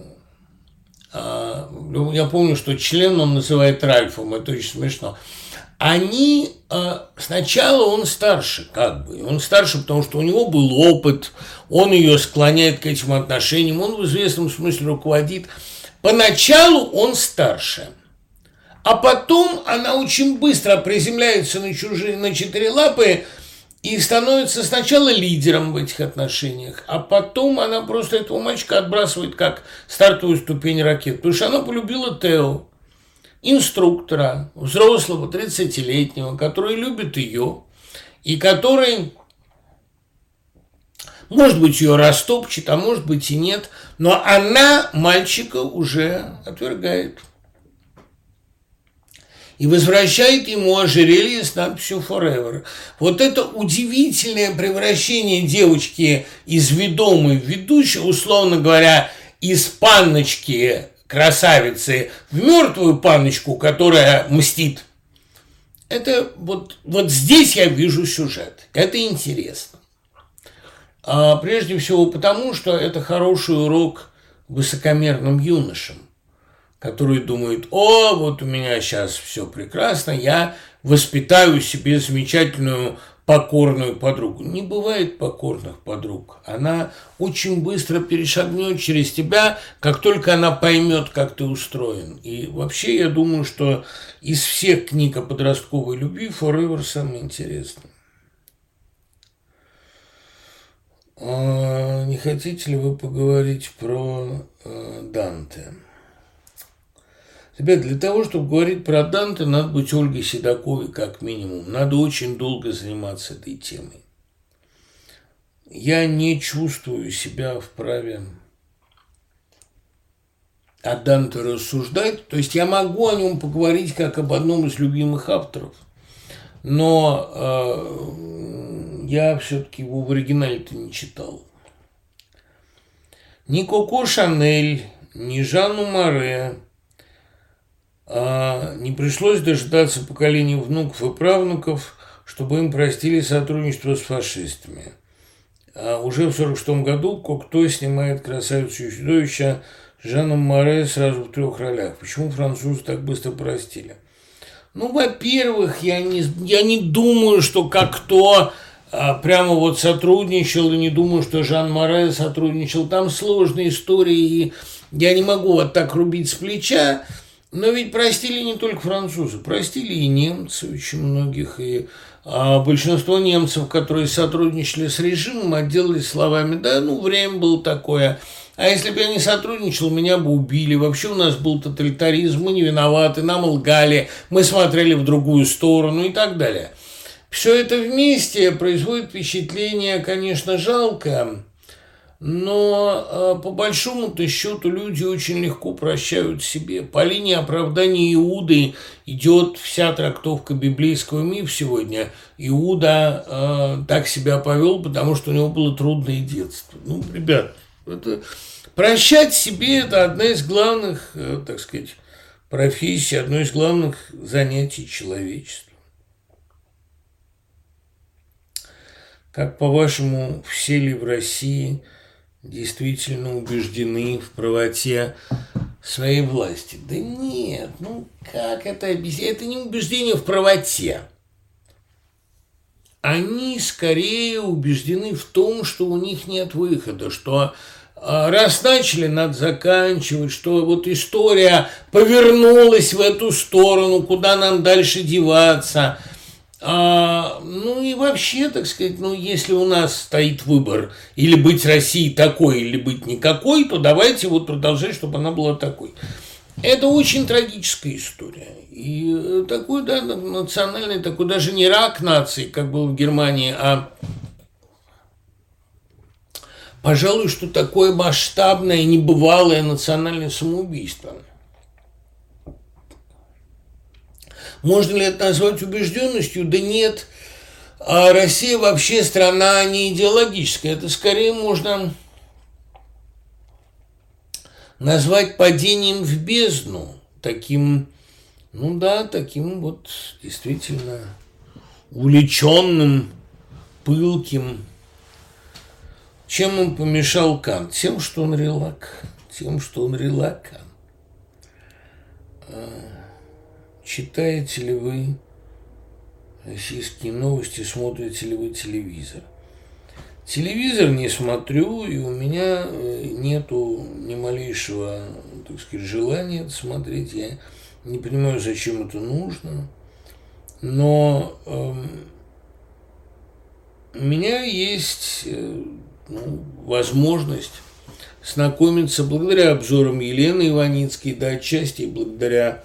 я помню, что член он называет Ральфом, это очень смешно. Они, сначала он старше, он старше, потому что у него был опыт, он ее склоняет к этим отношениям, он в известном смысле руководит. Поначалу он старше, а потом она очень быстро приземляется на четыре лапы и становится сначала лидером в этих отношениях, а потом она просто этого мальчика отбрасывает как стартовую ступень ракет, потому что она полюбила Тео, инструктора, взрослого, 30-летнего, который любит ее и который, может быть, ее растопчет, а может быть и нет, но она мальчика уже отвергает и возвращает ему ожерелье с надписью «Forever». Вот это удивительное превращение девочки из ведомой в ведущую, условно говоря, из панночки, красавицы, в мертвую панночку, которая мстит. Это вот здесь я вижу сюжет. Это интересно. Прежде всего потому, что это хороший урок высокомерным юношам, которые думают: о, вот у меня сейчас все прекрасно, я воспитаю себе замечательную покорную подругу. Не бывает покорных подруг. Она очень быстро перешагнет через тебя, как только она поймет, как ты устроен. И вообще я думаю, что из всех книг о подростковой любви «Forever» самый интересный. Не хотите ли вы поговорить про Данте? Ребят, для того, чтобы говорить про Данте, надо быть Ольгой Седоковой как минимум. Надо очень долго заниматься этой темой. Я не чувствую себя вправе о Данте рассуждать. То есть я могу о нем поговорить как об одном из любимых авторов, но я все-таки его в оригинале-то не читал. Ни Коко Шанель, ни Жанну Море не пришлось дожидаться поколения внуков и правнуков, чтобы им простили сотрудничество с фашистами. Уже в 1946 году Кокто снимает «Красавицу и чудовища» с Жаном Море сразу в 3 ролях. Почему французы так быстро простили? Ну, во-первых, я не думаю, что Кокто прямо вот сотрудничал, и не думаю, что Жан Море сотрудничал. Там сложные истории, и я не могу вот так рубить с плеча. Но ведь простили не только французы, простили и немцы очень многих, и большинство немцев, которые сотрудничали с режимом, отделались словами: да, время было такое, а если бы я не сотрудничал, меня бы убили, вообще у нас был тоталитаризм, мы не виноваты, нам лгали, мы смотрели в другую сторону и так далее. Все это вместе производит впечатление, конечно, жалкое, но по большому-то счету люди очень легко прощают себе. По линии оправдания Иуды идет вся трактовка библейского мифа сегодня. Иуда так себя повел, потому что у него было трудное детство. Ребят, прощать себе – это одна из главных, так сказать, профессий, одно из главных занятий человечества. Как, по-вашему, все ли в России действительно убеждены в правоте своей власти. Да нет, ну как это объяснить? Это не убеждение в правоте. Они скорее убеждены в том, что у них нет выхода, что раз начали, надо заканчивать, что вот история повернулась в эту сторону, куда нам дальше деваться. Ну и вообще, так сказать, ну если у нас стоит выбор или быть Россией такой, или быть никакой, то давайте вот продолжать, чтобы она была такой. Это очень трагическая история. И такой, да, национальный, такой даже не рак нации, как был в Германии, а, пожалуй, что такое масштабное, небывалое национальное самоубийство. Можно ли это назвать убежденностью? Да нет. А Россия вообще страна не идеологическая. Это скорее можно назвать падением в бездну. Таким, ну да, таким вот действительно увлеченным, пылким. Чем он помешал Кант? Тем, что он релак. Читаете ли вы российские новости, смотрите ли вы телевизор? Телевизор не смотрю, и у меня нету ни малейшего, так сказать, желания это смотреть. Я не понимаю, зачем это нужно. Но у меня есть возможность знакомиться благодаря обзорам Елены Иваницкой, да, отчасти благодаря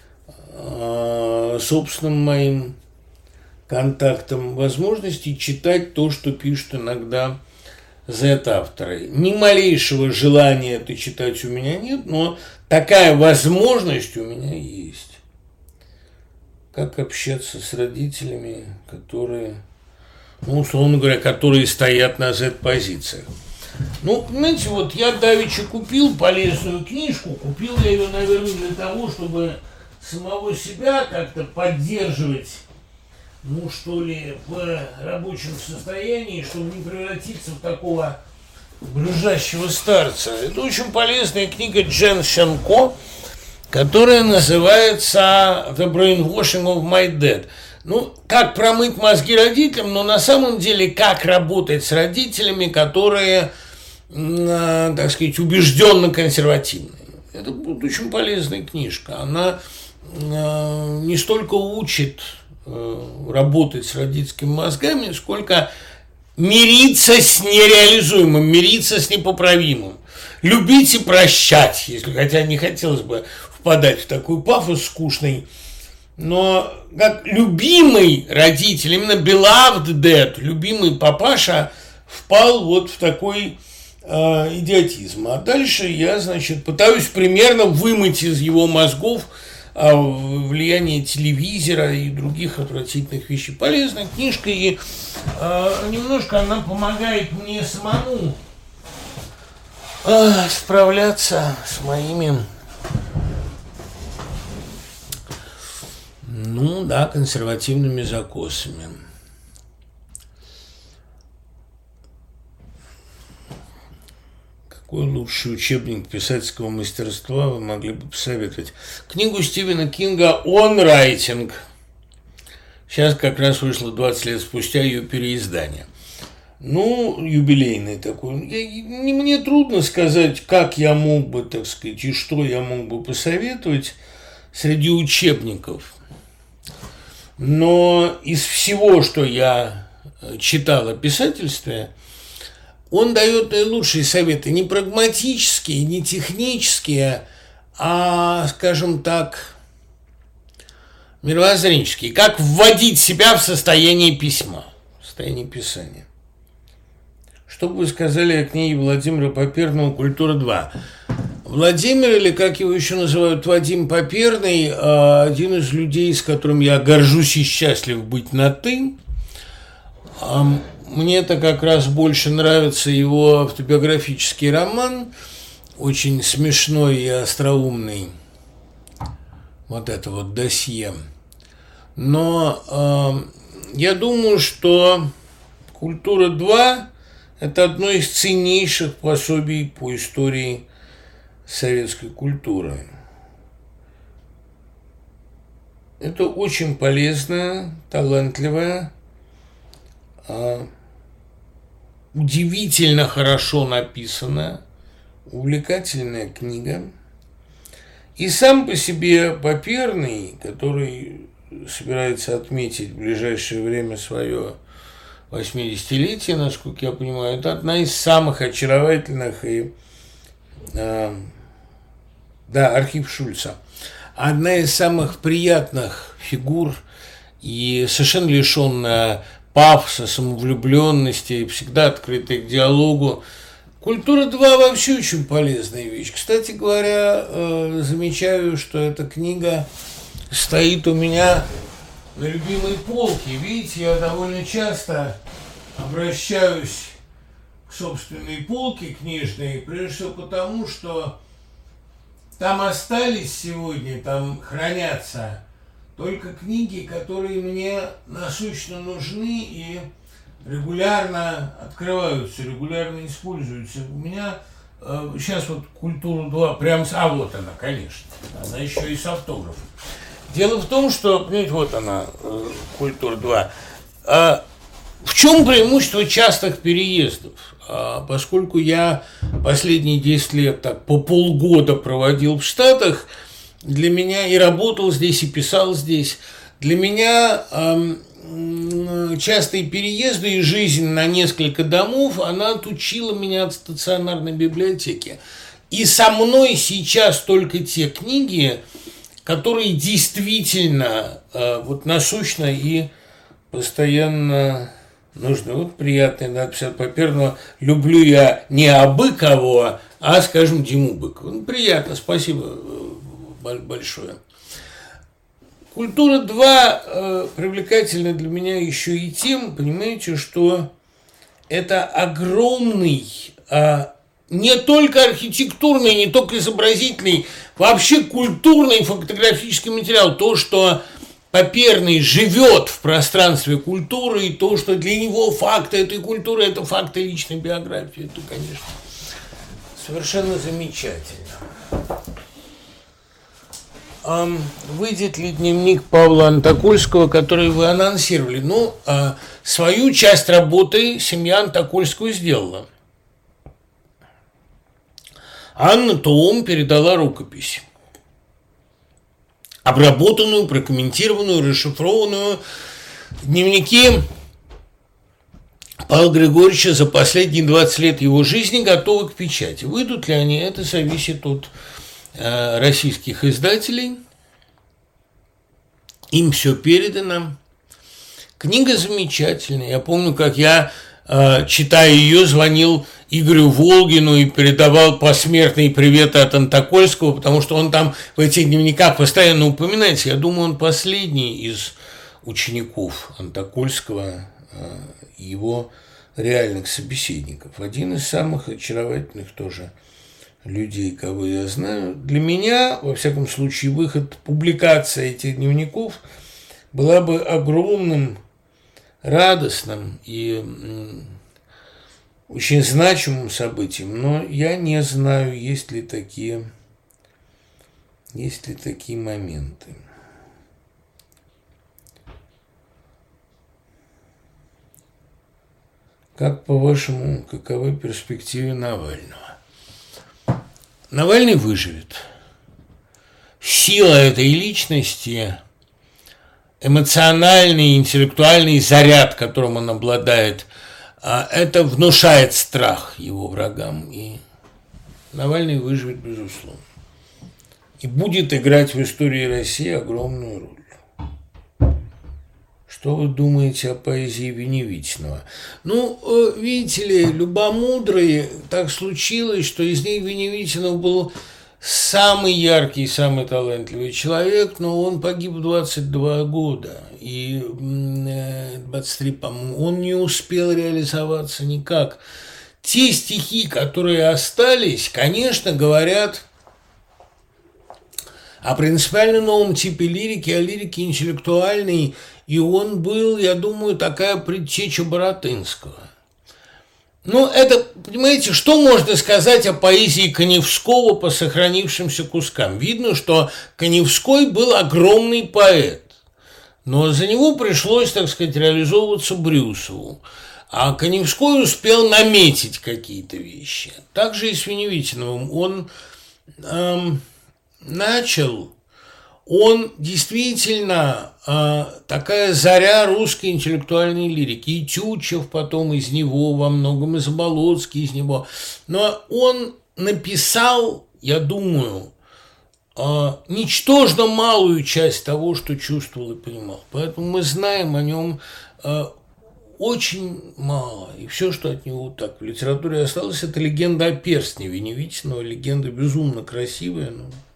собственным моим контактам, возможности читать то, что пишут иногда Z-авторы. Ни малейшего желания это читать у меня нет, но такая возможность у меня есть. Как общаться с родителями, которые, ну, условно говоря, которые стоят на Z-позициях. Ну, понимаете, вот я давеча купил полезную книжку, купил я ее, наверное, для того, чтобы самого себя как-то поддерживать, ну, что ли, в рабочем состоянии, чтобы не превратиться в такого брюзжащего старца. Это очень полезная книга Джен Шенко, которая называется «The Brainwashing of My Dad». Ну, как промыть мозги родителям, но на самом деле, как работать с родителями, которые, так сказать, убежденно консервативны. Это будет очень полезная книжка. Она не столько учит работать с родительскими мозгами, сколько мириться с нереализуемым, мириться с непоправимым. Любить и прощать, если, хотя не хотелось бы впадать в такой пафос скучный, но как любимый родитель, именно beloved dad, любимый папаша, впал вот в такой идиотизм. А дальше я, значит, пытаюсь примерно вымыть из его мозгов влияние телевизора и других отвратительных вещей. Полезная книжка, и немножко она помогает мне самому справляться с моими, ну да, консервативными закосами. Какой лучший учебник писательского мастерства вы могли бы посоветовать? Книгу Стивена Кинга «On Writing». Сейчас как раз вышло 20 лет спустя ее переиздание. Ну, юбилейный такой. Мне трудно сказать, как я мог бы, так сказать, и что я мог бы посоветовать среди учебников. Но из всего, что я читал о писательстве, он дает наилучшие советы, не прагматические, не технические, а, скажем так, мировоззренческие. Как вводить себя в состояние письма, в состояние писания. Что бы вы сказали о книге Владимира Поперного «Культура-2»? Владимир, или как его еще называют, Вадим Поперный, один из людей, с которым я горжусь и счастлив быть на «ты». Мне-то как раз больше нравится его автобиографический роман, очень смешной и остроумный, вот это вот досье. Но я думаю, что «Культура-2» – это одно из ценнейших пособий по истории советской культуры. Это очень полезная, талантливая, удивительно хорошо написанная, увлекательная книга. И сам по себе Паперный, который собирается отметить в ближайшее время свое 80-летие, насколько я понимаю, это одна из самых очаровательных и... архив Шульца. Одна из самых приятных фигур и совершенно лишенная пафоса, самовлюбленности, всегда открытая к диалогу. «Культура-2» вообще очень полезная вещь. Кстати говоря, замечаю, что эта книга стоит у меня на любимой полке. Видите, я довольно часто обращаюсь к собственной полке книжной, прежде всего потому, что там остались сегодня, там хранятся только книги, которые мне насущно нужны и регулярно открываются, регулярно используются. У меня сейчас вот «Культура-2», прям, вот она, конечно, она еще и с автографом. Дело в том, что, понимаете, вот она, «Культура-2». В чем преимущество частых переездов? Поскольку я последние 10 лет так по полгода проводил в Штатах, для меня и работал здесь, и писал здесь, для меня частые переезды и жизнь на несколько домов, она отучила меня от стационарной библиотеки. И со мной сейчас только те книги, которые действительно вот насущно и постоянно нужны. Вот приятная надпись от Паперного. Люблю я не абы кого, а, скажем, Диму Быкова. Ну, приятно, спасибо большое. «Культура-2» привлекательна для меня еще и тем, понимаете, что это огромный, не только архитектурный, не только изобразительный, вообще культурный фотографический материал. То, что Паперный живет в пространстве культуры, и то, что для него факты этой культуры – это факты личной биографии. Это, конечно, совершенно замечательно. Выйдет ли дневник Павла Антокольского, который вы анонсировали? Ну, свою часть работы семья Антокольского сделала. Анна Туом передала рукопись. Обработанную, прокомментированную, расшифрованную. Дневники Павла Григорьевича за последние 20 лет его жизни готовы к печати. Выйдут ли они, это зависит от российских издателей. Им все передано. Книга замечательная. Я помню, как я, читая ее, звонил Игорю Волгину и передавал посмертные приветы от Антокольского, потому что он там в этих дневниках постоянно упоминается. Я думаю, он последний из учеников Антокольского, его реальных собеседников. Один из самых очаровательных тоже людей, кого я знаю. Для меня, во всяком случае, выход, публикация этих дневников была бы огромным, радостным и очень значимым событием, но я не знаю, есть ли такие моменты. Как, по-вашему, каковы перспективы Навального? Навальный выживет. Сила этой личности, эмоциональный, интеллектуальный заряд, которым он обладает, это внушает страх его врагам. И Навальный выживет, безусловно. И будет играть в истории России огромную роль. Что вы думаете о поэзии Веневитиного? Ну, видите ли, любомудрые, так случилось, что из них Веневитинов был самый яркий, самый талантливый человек, но он погиб в 22 года, и 23, по-моему, он не успел реализоваться никак. Те стихи, которые остались, конечно, говорят о принципиально новом типе лирики, о лирике интеллектуальной, и он был, я думаю, такая предтеча Баратынского. Ну, это, понимаете, что можно сказать о поэзии Каневского по сохранившимся кускам? Видно, что Каневской был огромный поэт, но за него пришлось, так сказать, реализовываться Брюсову. А Каневской успел наметить какие-то вещи. Также и с Веневитиновым. Он действительно такая заря русской интеллектуальной лирики. И Тютчев потом из него, во многом и Заболоцкий из него. Но он написал, я думаю, ничтожно малую часть того, что чувствовал и понимал. Поэтому мы знаем о нем очень мало. И все, что от него так в литературе осталось, это легенда о перстне Веневитиного. Легенда безумно красивая,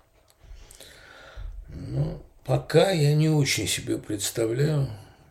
но пока я не очень себе представляю,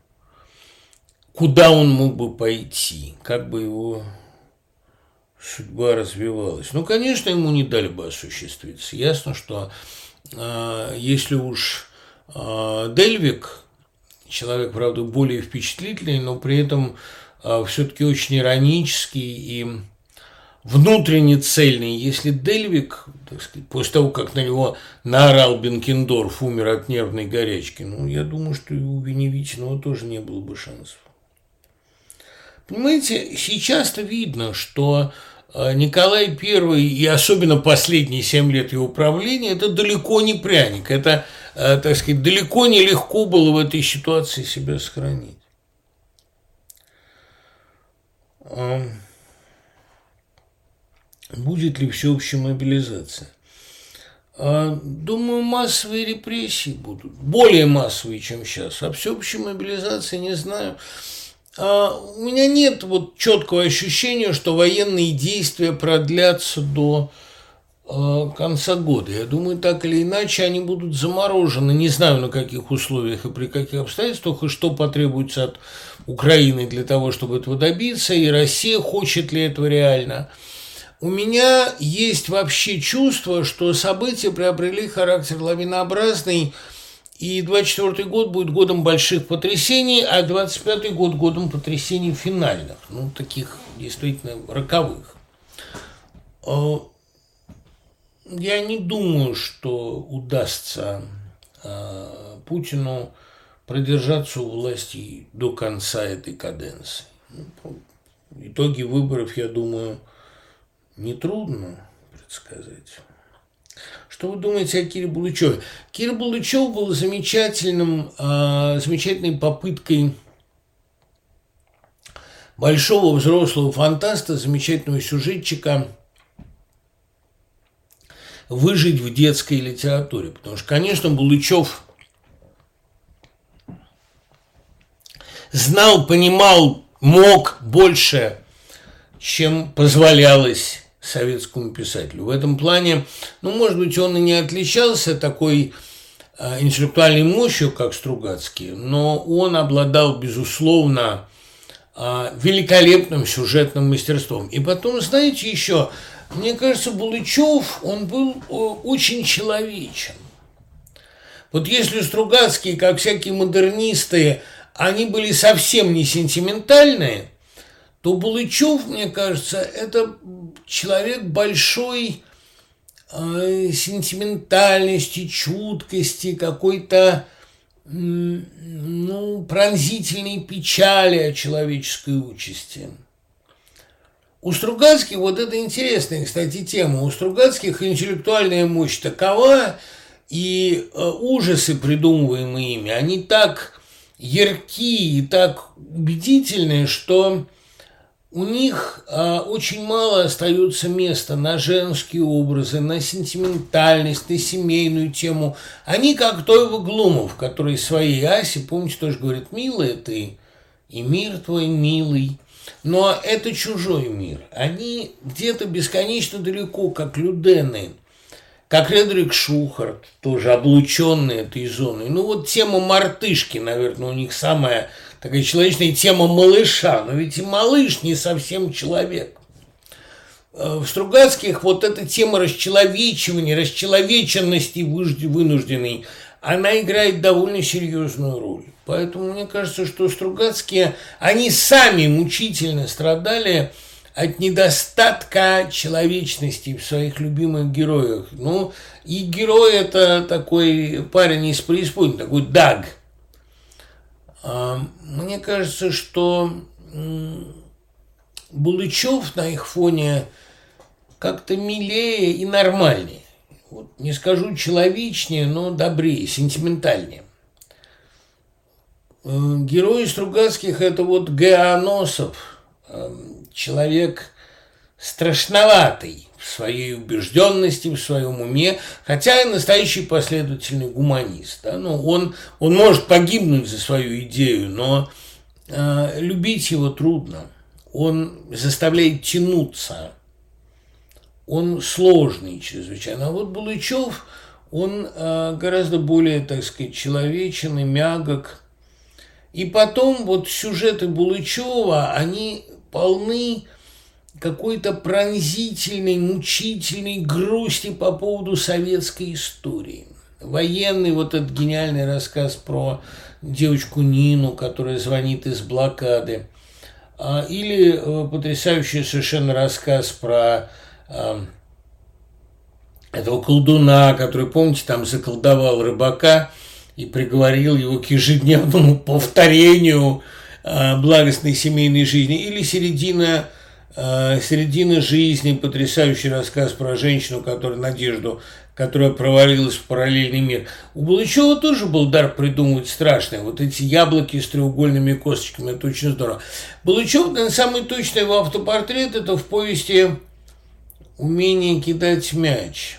куда он мог бы пойти, как бы его судьба развивалась. Ну, конечно, ему не дали бы осуществиться. Ясно, что если уж Дельвиг, человек, правда, более впечатлительный, но при этом все-таки очень иронический и внутренне цельный. Если Дельвиг, так сказать, после того, как на него наорал Бенкендорф, умер от нервной горячки, я думаю, что и у Веневитиного тоже не было бы шансов. Понимаете, сейчас-то видно, что Николай I и особенно последние 7 лет его правления – это далеко не пряник, это, так сказать, далеко не легко было в этой ситуации себя сохранить. Будет ли всеобщая мобилизация? Думаю, массовые репрессии будут, более массовые, чем сейчас, а всеобщей мобилизации не знаю. У меня нет четкого ощущения, что военные действия продлятся до конца года. Я думаю, так или иначе они будут заморожены. Не знаю, на каких условиях и при каких обстоятельствах, и что потребуется от Украины для того, чтобы этого добиться, и Россия хочет ли этого реально. У меня есть вообще чувство, что события приобрели характер лавинообразный, и 24-й год будет годом больших потрясений, а 25-й год годом потрясений финальных, таких действительно роковых. Я не думаю, что удастся Путину продержаться у власти до конца этой каденции. Итоги выборов, я думаю, нетрудно предсказать. Что вы думаете о Кире Булычеве? Кира Булычев был замечательной попыткой большого взрослого фантаста, замечательного сюжетчика выжить в детской литературе. Потому что, конечно, Булычев знал, понимал, мог больше, чем позволялось советскому писателю. В этом плане, может быть, он и не отличался такой интеллектуальной мощью, как Стругацкий, но он обладал, безусловно, великолепным сюжетным мастерством. И потом, знаете, еще, мне кажется, Булычев, он был очень человечен. Если Стругацкий, как всякие модернисты, они были совсем не сентиментальные, то Булычев, мне кажется, это человек большой сентиментальности, чуткости, какой-то пронзительной печали о человеческой участи. У Стругацких, это интересная, кстати, тема, у Стругацких интеллектуальная мощь такова, и ужасы, придумываемые ими, они так яркие и так убедительные, что у них очень мало остается места на женские образы, на сентиментальность, на семейную тему. Они как Тойва Глумов, который своей Асе, помните, тоже говорит: «Милая ты, и мир твой милый». Но это чужой мир. Они где-то бесконечно далеко, как Людены, как Редрик Шухарт, тоже облученный этой зоной. Тема мартышки, наверное, у них самая такая человечная, тема малыша. Но ведь и малыш не совсем человек. В Стругацких эта тема расчеловечивания, расчеловеченности вынужденной, она играет довольно серьезную роль. Поэтому мне кажется, что Стругацкие, они сами мучительно страдали от недостатка человечности в своих любимых героях. Ну, и герой это такой парень из преисподней, такой Даг. Мне кажется, что Булычев на их фоне как-то милее и нормальнее. Вот, не скажу человечнее, но добрее, сентиментальнее. Герой Стругацких – это вот Г.А. Носов, человек страшноватый в своей убежденности, в своем уме, хотя и настоящий последовательный гуманист. Да? Ну, он может погибнуть за свою идею, но любить его трудно. Он заставляет тянуться. Он сложный чрезвычайно. А вот Булычев, он гораздо более, так сказать, человечен и мягок. И потом вот сюжеты Булычева, они полны какой-то пронзительной, мучительной грусти по поводу советской истории. Военный вот этот гениальный рассказ про девочку Нину, которая звонит из блокады. Или потрясающий совершенно рассказ про этого колдуна, который, помните, там заколдовал рыбака и приговорил его к ежедневному повторению благостной семейной жизни. Или середина жизни, потрясающий рассказ про женщину, которая провалилась в параллельный мир. У Булычева тоже был дар придумывать страшное. Вот эти яблоки с треугольными косточками, это очень здорово. Булычев, наверное, самый точный его автопортрет, это в повести «Умение кидать мяч».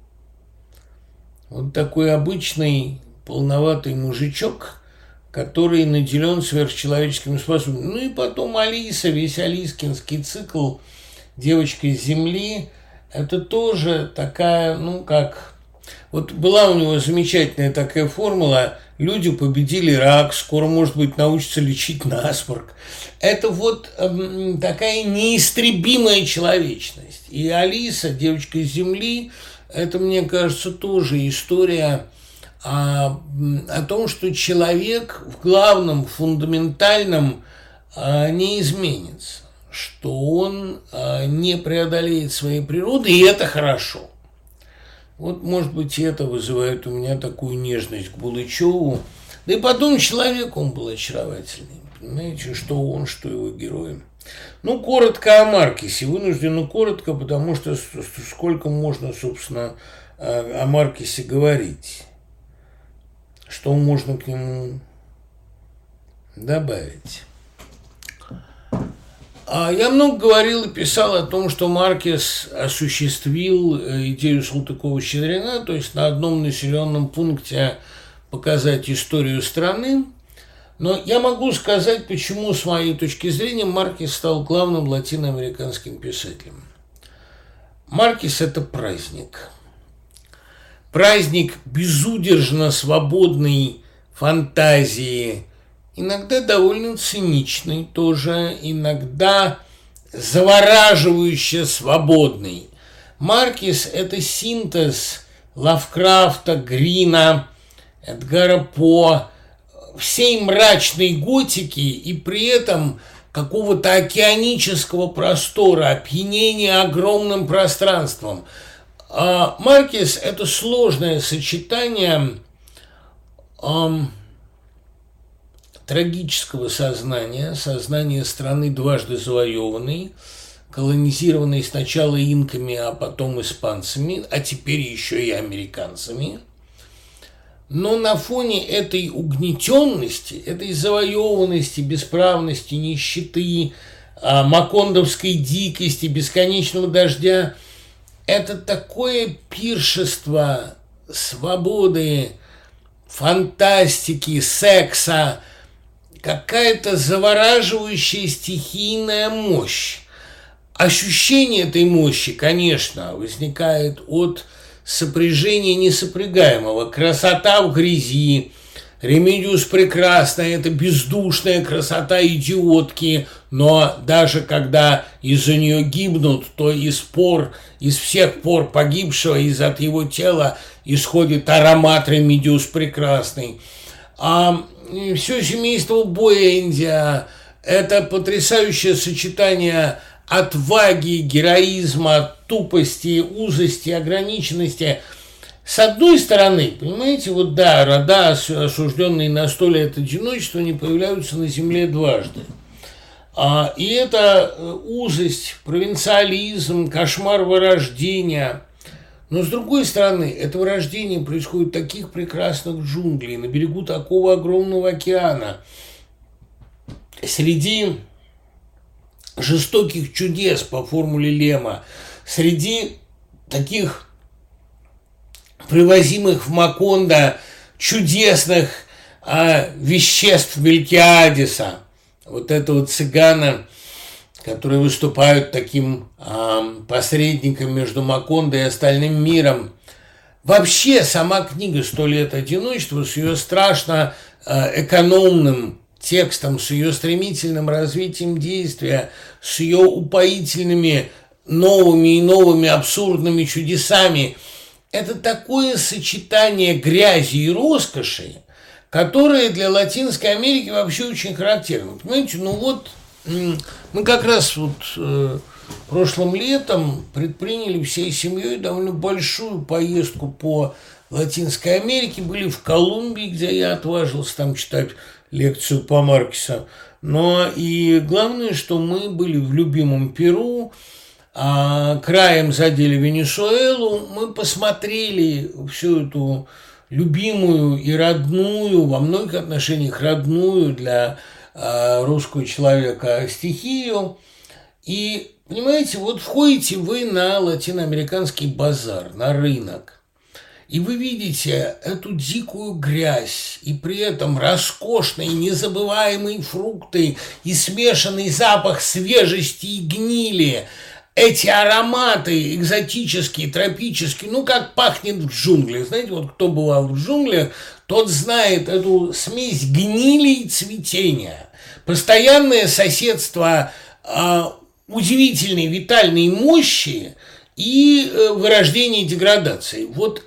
Вот такой обычный полноватый мужичок, который наделен сверхчеловеческими способностями. Ну и потом Алиса, весь алискинский цикл «Девочка из земли», это тоже такая, ну как... Вот была у него замечательная такая формула: люди победили рак, скоро, может быть, научатся лечить насморк. Это вот такая неистребимая человечность. И Алиса, девочка из земли, это, мне кажется, тоже история о том, что человек в главном, фундаментальном не изменится, что он не преодолеет своей природы, и это хорошо. Вот, может быть, это вызывает у меня такую нежность к Булычеву. Да и потом человек он был очаровательный. Понимаете, что он, что его герои. Ну, коротко о Маркесе. Вынужден коротко, потому что сколько можно, собственно, о Маркесе говорить. Что можно к нему добавить? Я много говорил и писал о том, что Маркес осуществил идею Салтыкова-Щедрина, то есть на одном населенном пункте показать историю страны. Но я могу сказать, почему, с моей точки зрения, Маркес стал главным латиноамериканским писателем. Маркес – это праздник. Праздник безудержно свободной фантазии, иногда довольно циничный тоже, иногда завораживающе свободный. Маркес – это синтез Лавкрафта, Грина, Эдгара По, всей мрачной готики и при этом какого-то океанического простора, опьянения огромным пространством. Маркес – это сложное сочетание трагического сознания страны дважды завоеванной, колонизированной сначала инками, а потом испанцами, а теперь еще и американцами. Но на фоне этой угнетенности, этой завоеванности, бесправности, нищеты, макондовской дикости, бесконечного дождя, это такое пиршество свободы, фантастики, секса, какая-то завораживающая стихийная мощь. Ощущение этой мощи, конечно, возникает от сопряжения несопрягаемого. Красота в грязи, Ремедиус прекрасная, это бездушная красота идиотки, но даже когда из-за нее гибнут, то из всех пор погибшего, из-от его тела исходит аромат Ремедиус прекрасный. Все семейство Буэндиа – это потрясающее сочетание отваги, героизма, тупости, узости, ограниченности. С одной стороны, понимаете, вот да, рода, осужденные на 100 лет одиночества, не появляются на земле дважды. И это узость, провинциализм, кошмар вырождения. Но с другой стороны, это вырождение происходит в таких прекрасных джунглей, на берегу такого огромного океана, среди жестоких чудес по формуле Лема, среди таких привозимых в Макондо чудесных веществ Мелькиадеса, вот этого цыгана, которые выступают таким посредником между Макондо и остальным миром. Вообще, сама книга «100 лет одиночества» с ее страшно экономным текстом, с ее стремительным развитием действия, с ее упоительными новыми и новыми абсурдными чудесами – это такое сочетание грязи и роскоши, которое для Латинской Америки вообще очень характерно. Понимаете, мы как раз прошлым летом предприняли всей семьей довольно большую поездку по Латинской Америке. Были в Колумбии, где я отважился там читать лекцию по Маркесу. Но и главное, что мы были в любимом Перу, краем задели Венесуэлу, мы посмотрели всю эту любимую и родную, во многих отношениях родную для русского человека стихию. И, понимаете, вот входите вы на латиноамериканский базар, на рынок, и вы видите эту дикую грязь, и при этом роскошные, незабываемые фрукты, и смешанный запах свежести и гнили – эти ароматы экзотические, тропические, как пахнет в джунглях. Знаете, вот кто бывал в джунглях, тот знает эту смесь гнили и цветения. Постоянное соседство удивительной витальной мощи и вырождения и деградации. Вот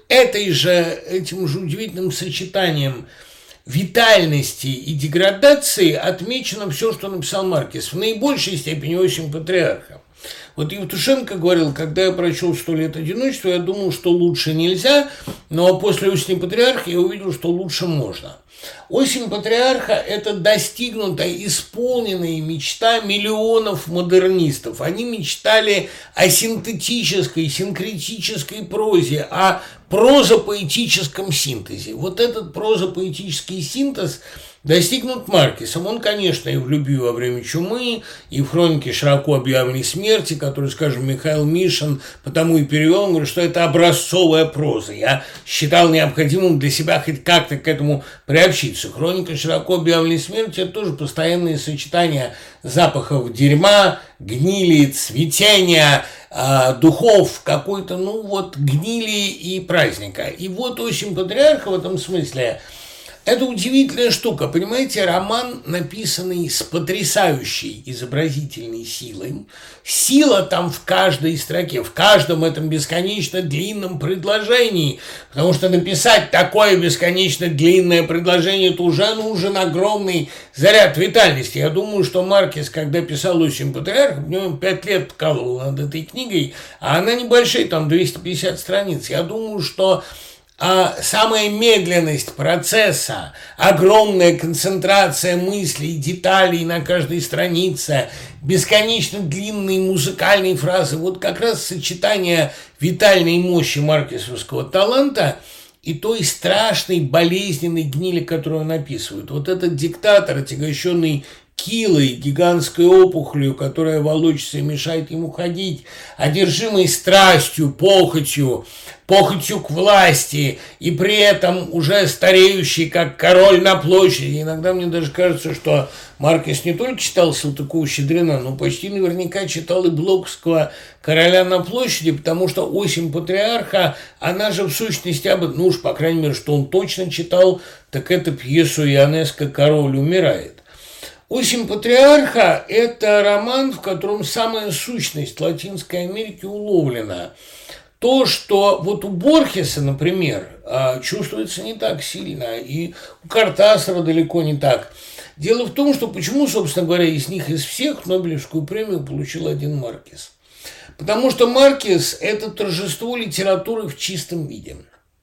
этим же удивительным сочетанием витальности и деградации отмечено все, что написал Маркес. В наибольшей степени «Осень патриарха». Вот Евтушенко говорил, когда я прочел «100 лет одиночества», я думал, что лучше нельзя, но после «Осени патриарха» я увидел, что лучше можно. «Осень патриарха» – это достигнутая, исполненная мечта миллионов модернистов. Они мечтали о синтетической, синкретической прозе, о прозапоэтическом синтезе. Вот этот прозапоэтический синтез достигнут Маркесом. Он, конечно, и в «Любви во время чумы», и в «Хронике широко объявленной смерти», которую, скажем, Михаил Мишин потому и перевел, он говорит, что это образцовая проза. Я считал необходимым для себя хоть как-то к этому приобщиться. «Хроника широко объявленной смерти» – это тоже постоянное сочетание запахов дерьма, гнили, цветения, духов, какой-то, гнили и праздника. И вот «Осень патриарха» в этом смысле – это удивительная штука, понимаете, роман, написанный с потрясающей изобразительной силой. Сила там в каждой строке, в каждом этом бесконечно длинном предложении, потому что написать такое бесконечно длинное предложение, это уже нужен огромный заряд витальности. Я думаю, что Маркес, когда писал «Осень патриарха», в нем 5 лет вкалывал над этой книгой, а она небольшая, там 250 страниц. Я думаю, что самая медленность процесса, огромная концентрация мыслей, деталей на каждой странице, бесконечно длинные музыкальные фразы, вот как раз сочетание витальной мощи маркесовского таланта и той страшной болезненной гнили, которую он описывает. Вот этот диктатор, отягощенный килой, гигантской опухолью, которая волочится и мешает ему ходить, одержимый страстью, похотью к власти, и при этом уже стареющий, как король на площади. Иногда мне даже кажется, что Маркес не только читал Салтыкова-Щедрина, но почти наверняка читал и Блоковского «Короля на площади», потому что «Осень патриарха», она же в сущности, по крайней мере, что он точно читал, так это пьесу Ионеско «Король умирает». «Осень патриарха» – это роман, в котором самая сущность Латинской Америки уловлена. То, что вот у Борхеса, например, чувствуется не так сильно, и у Кортасара далеко не так. Дело в том, что почему, собственно говоря, из них, из всех Нобелевскую премию получил один Маркес. Потому что Маркес – это торжество литературы в чистом виде.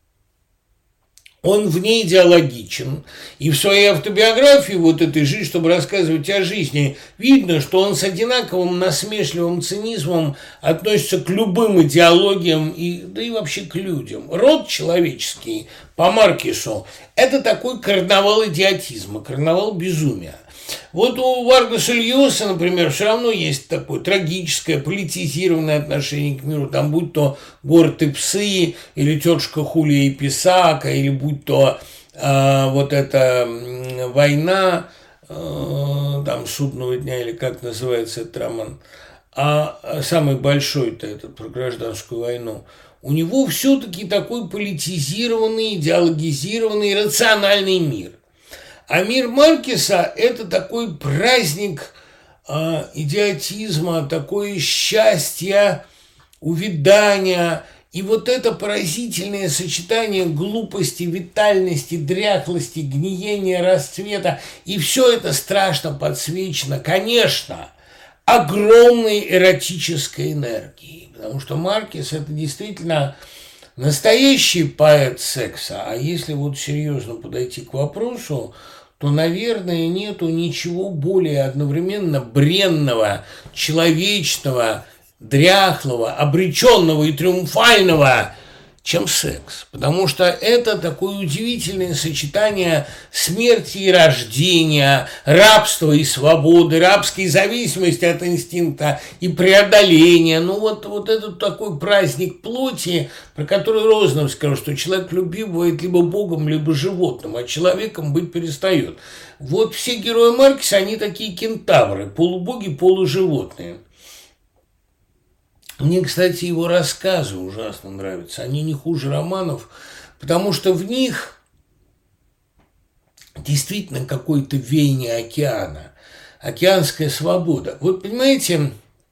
Он вне идеологичен. И в своей автобиографии вот этой жизни, чтобы рассказывать о жизни, видно, что он с одинаковым насмешливым цинизмом относится к любым идеологиям, да и вообще к людям. Род человеческий по Маркесу – это такой карнавал идиотизма, карнавал безумия. Вот у Варгаса Льоса, например, все равно есть такое трагическое, политизированное отношение к миру, там будь то «Город и псы», или «Тетушка Хулия и Писака», или будь то вот эта «Война», там «Судного дня», или как называется этот роман, а самый большой-то этот про гражданскую войну, у него все-таки такой политизированный, идеологизированный, рациональный мир. А мир Маркеса – это такой праздник идиотизма, такое счастье, увядания. И вот это поразительное сочетание глупости, витальности, дряхлости, гниения, расцвета. И все это страшно подсвечено, конечно, огромной эротической энергией. Потому что Маркес – это действительно настоящий поэт секса. А если вот серьезно подойти к вопросу, то, наверное, нету ничего более одновременно бренного, человечного, дряхлого, обреченного и триумфального, чем секс. Потому что это такое удивительное сочетание смерти и рождения, рабства и свободы, рабской зависимости от инстинкта и преодоления. Ну вот этот такой праздник плоти, про который Розанов сказал, что человек любим бывает либо богом, либо животным, а человеком быть перестает. Вот все герои Маркеса, они такие кентавры, полубоги, полуживотные. Мне, кстати, его рассказы ужасно нравятся. Они не хуже романов, потому что в них действительно какое-то веяние океана, океанская свобода. Вот понимаете,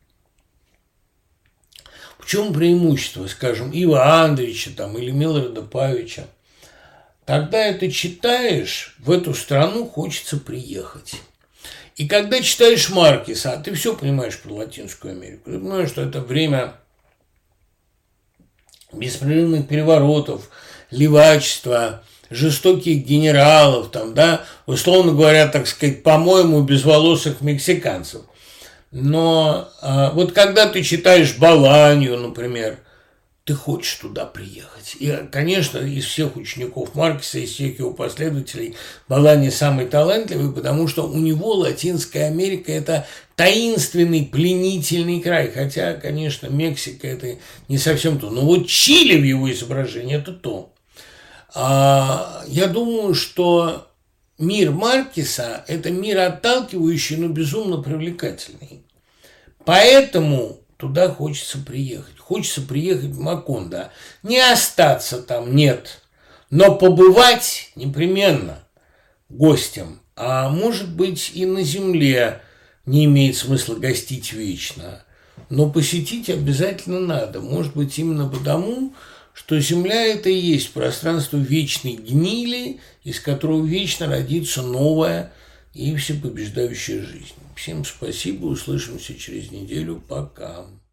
в чем преимущество, скажем, Ива Андреевича там, или Милорада Павича? Когда это читаешь, в эту страну хочется приехать. И когда читаешь Маркеса, ты все понимаешь про Латинскую Америку. Ты понимаешь, что это время беспрерывных переворотов, левачества, жестоких генералов, там, да, условно говоря, так сказать, по-моему, безволосых мексиканцев. Но вот когда ты читаешь Боланью, например, ты хочешь туда приехать. И, конечно, из всех учеников Маркеса, из всех его последователей, Боланья самый талантливый, потому что у него Латинская Америка – это таинственный, пленительный край. Хотя, конечно, Мексика – это не совсем то. Но вот Чили в его изображении – это то. Я думаю, что мир Маркеса – это мир отталкивающий, но безумно привлекательный. Поэтому туда хочется приехать. Хочется приехать в Макондо. Не остаться там, нет, но побывать непременно гостем. А может быть, и на земле не имеет смысла гостить вечно. Но посетить обязательно надо. Может быть, именно потому, что земля – это и есть пространство вечной гнили, из которого вечно родится новая и всепобеждающая жизнь. Всем спасибо, услышимся через неделю. Пока.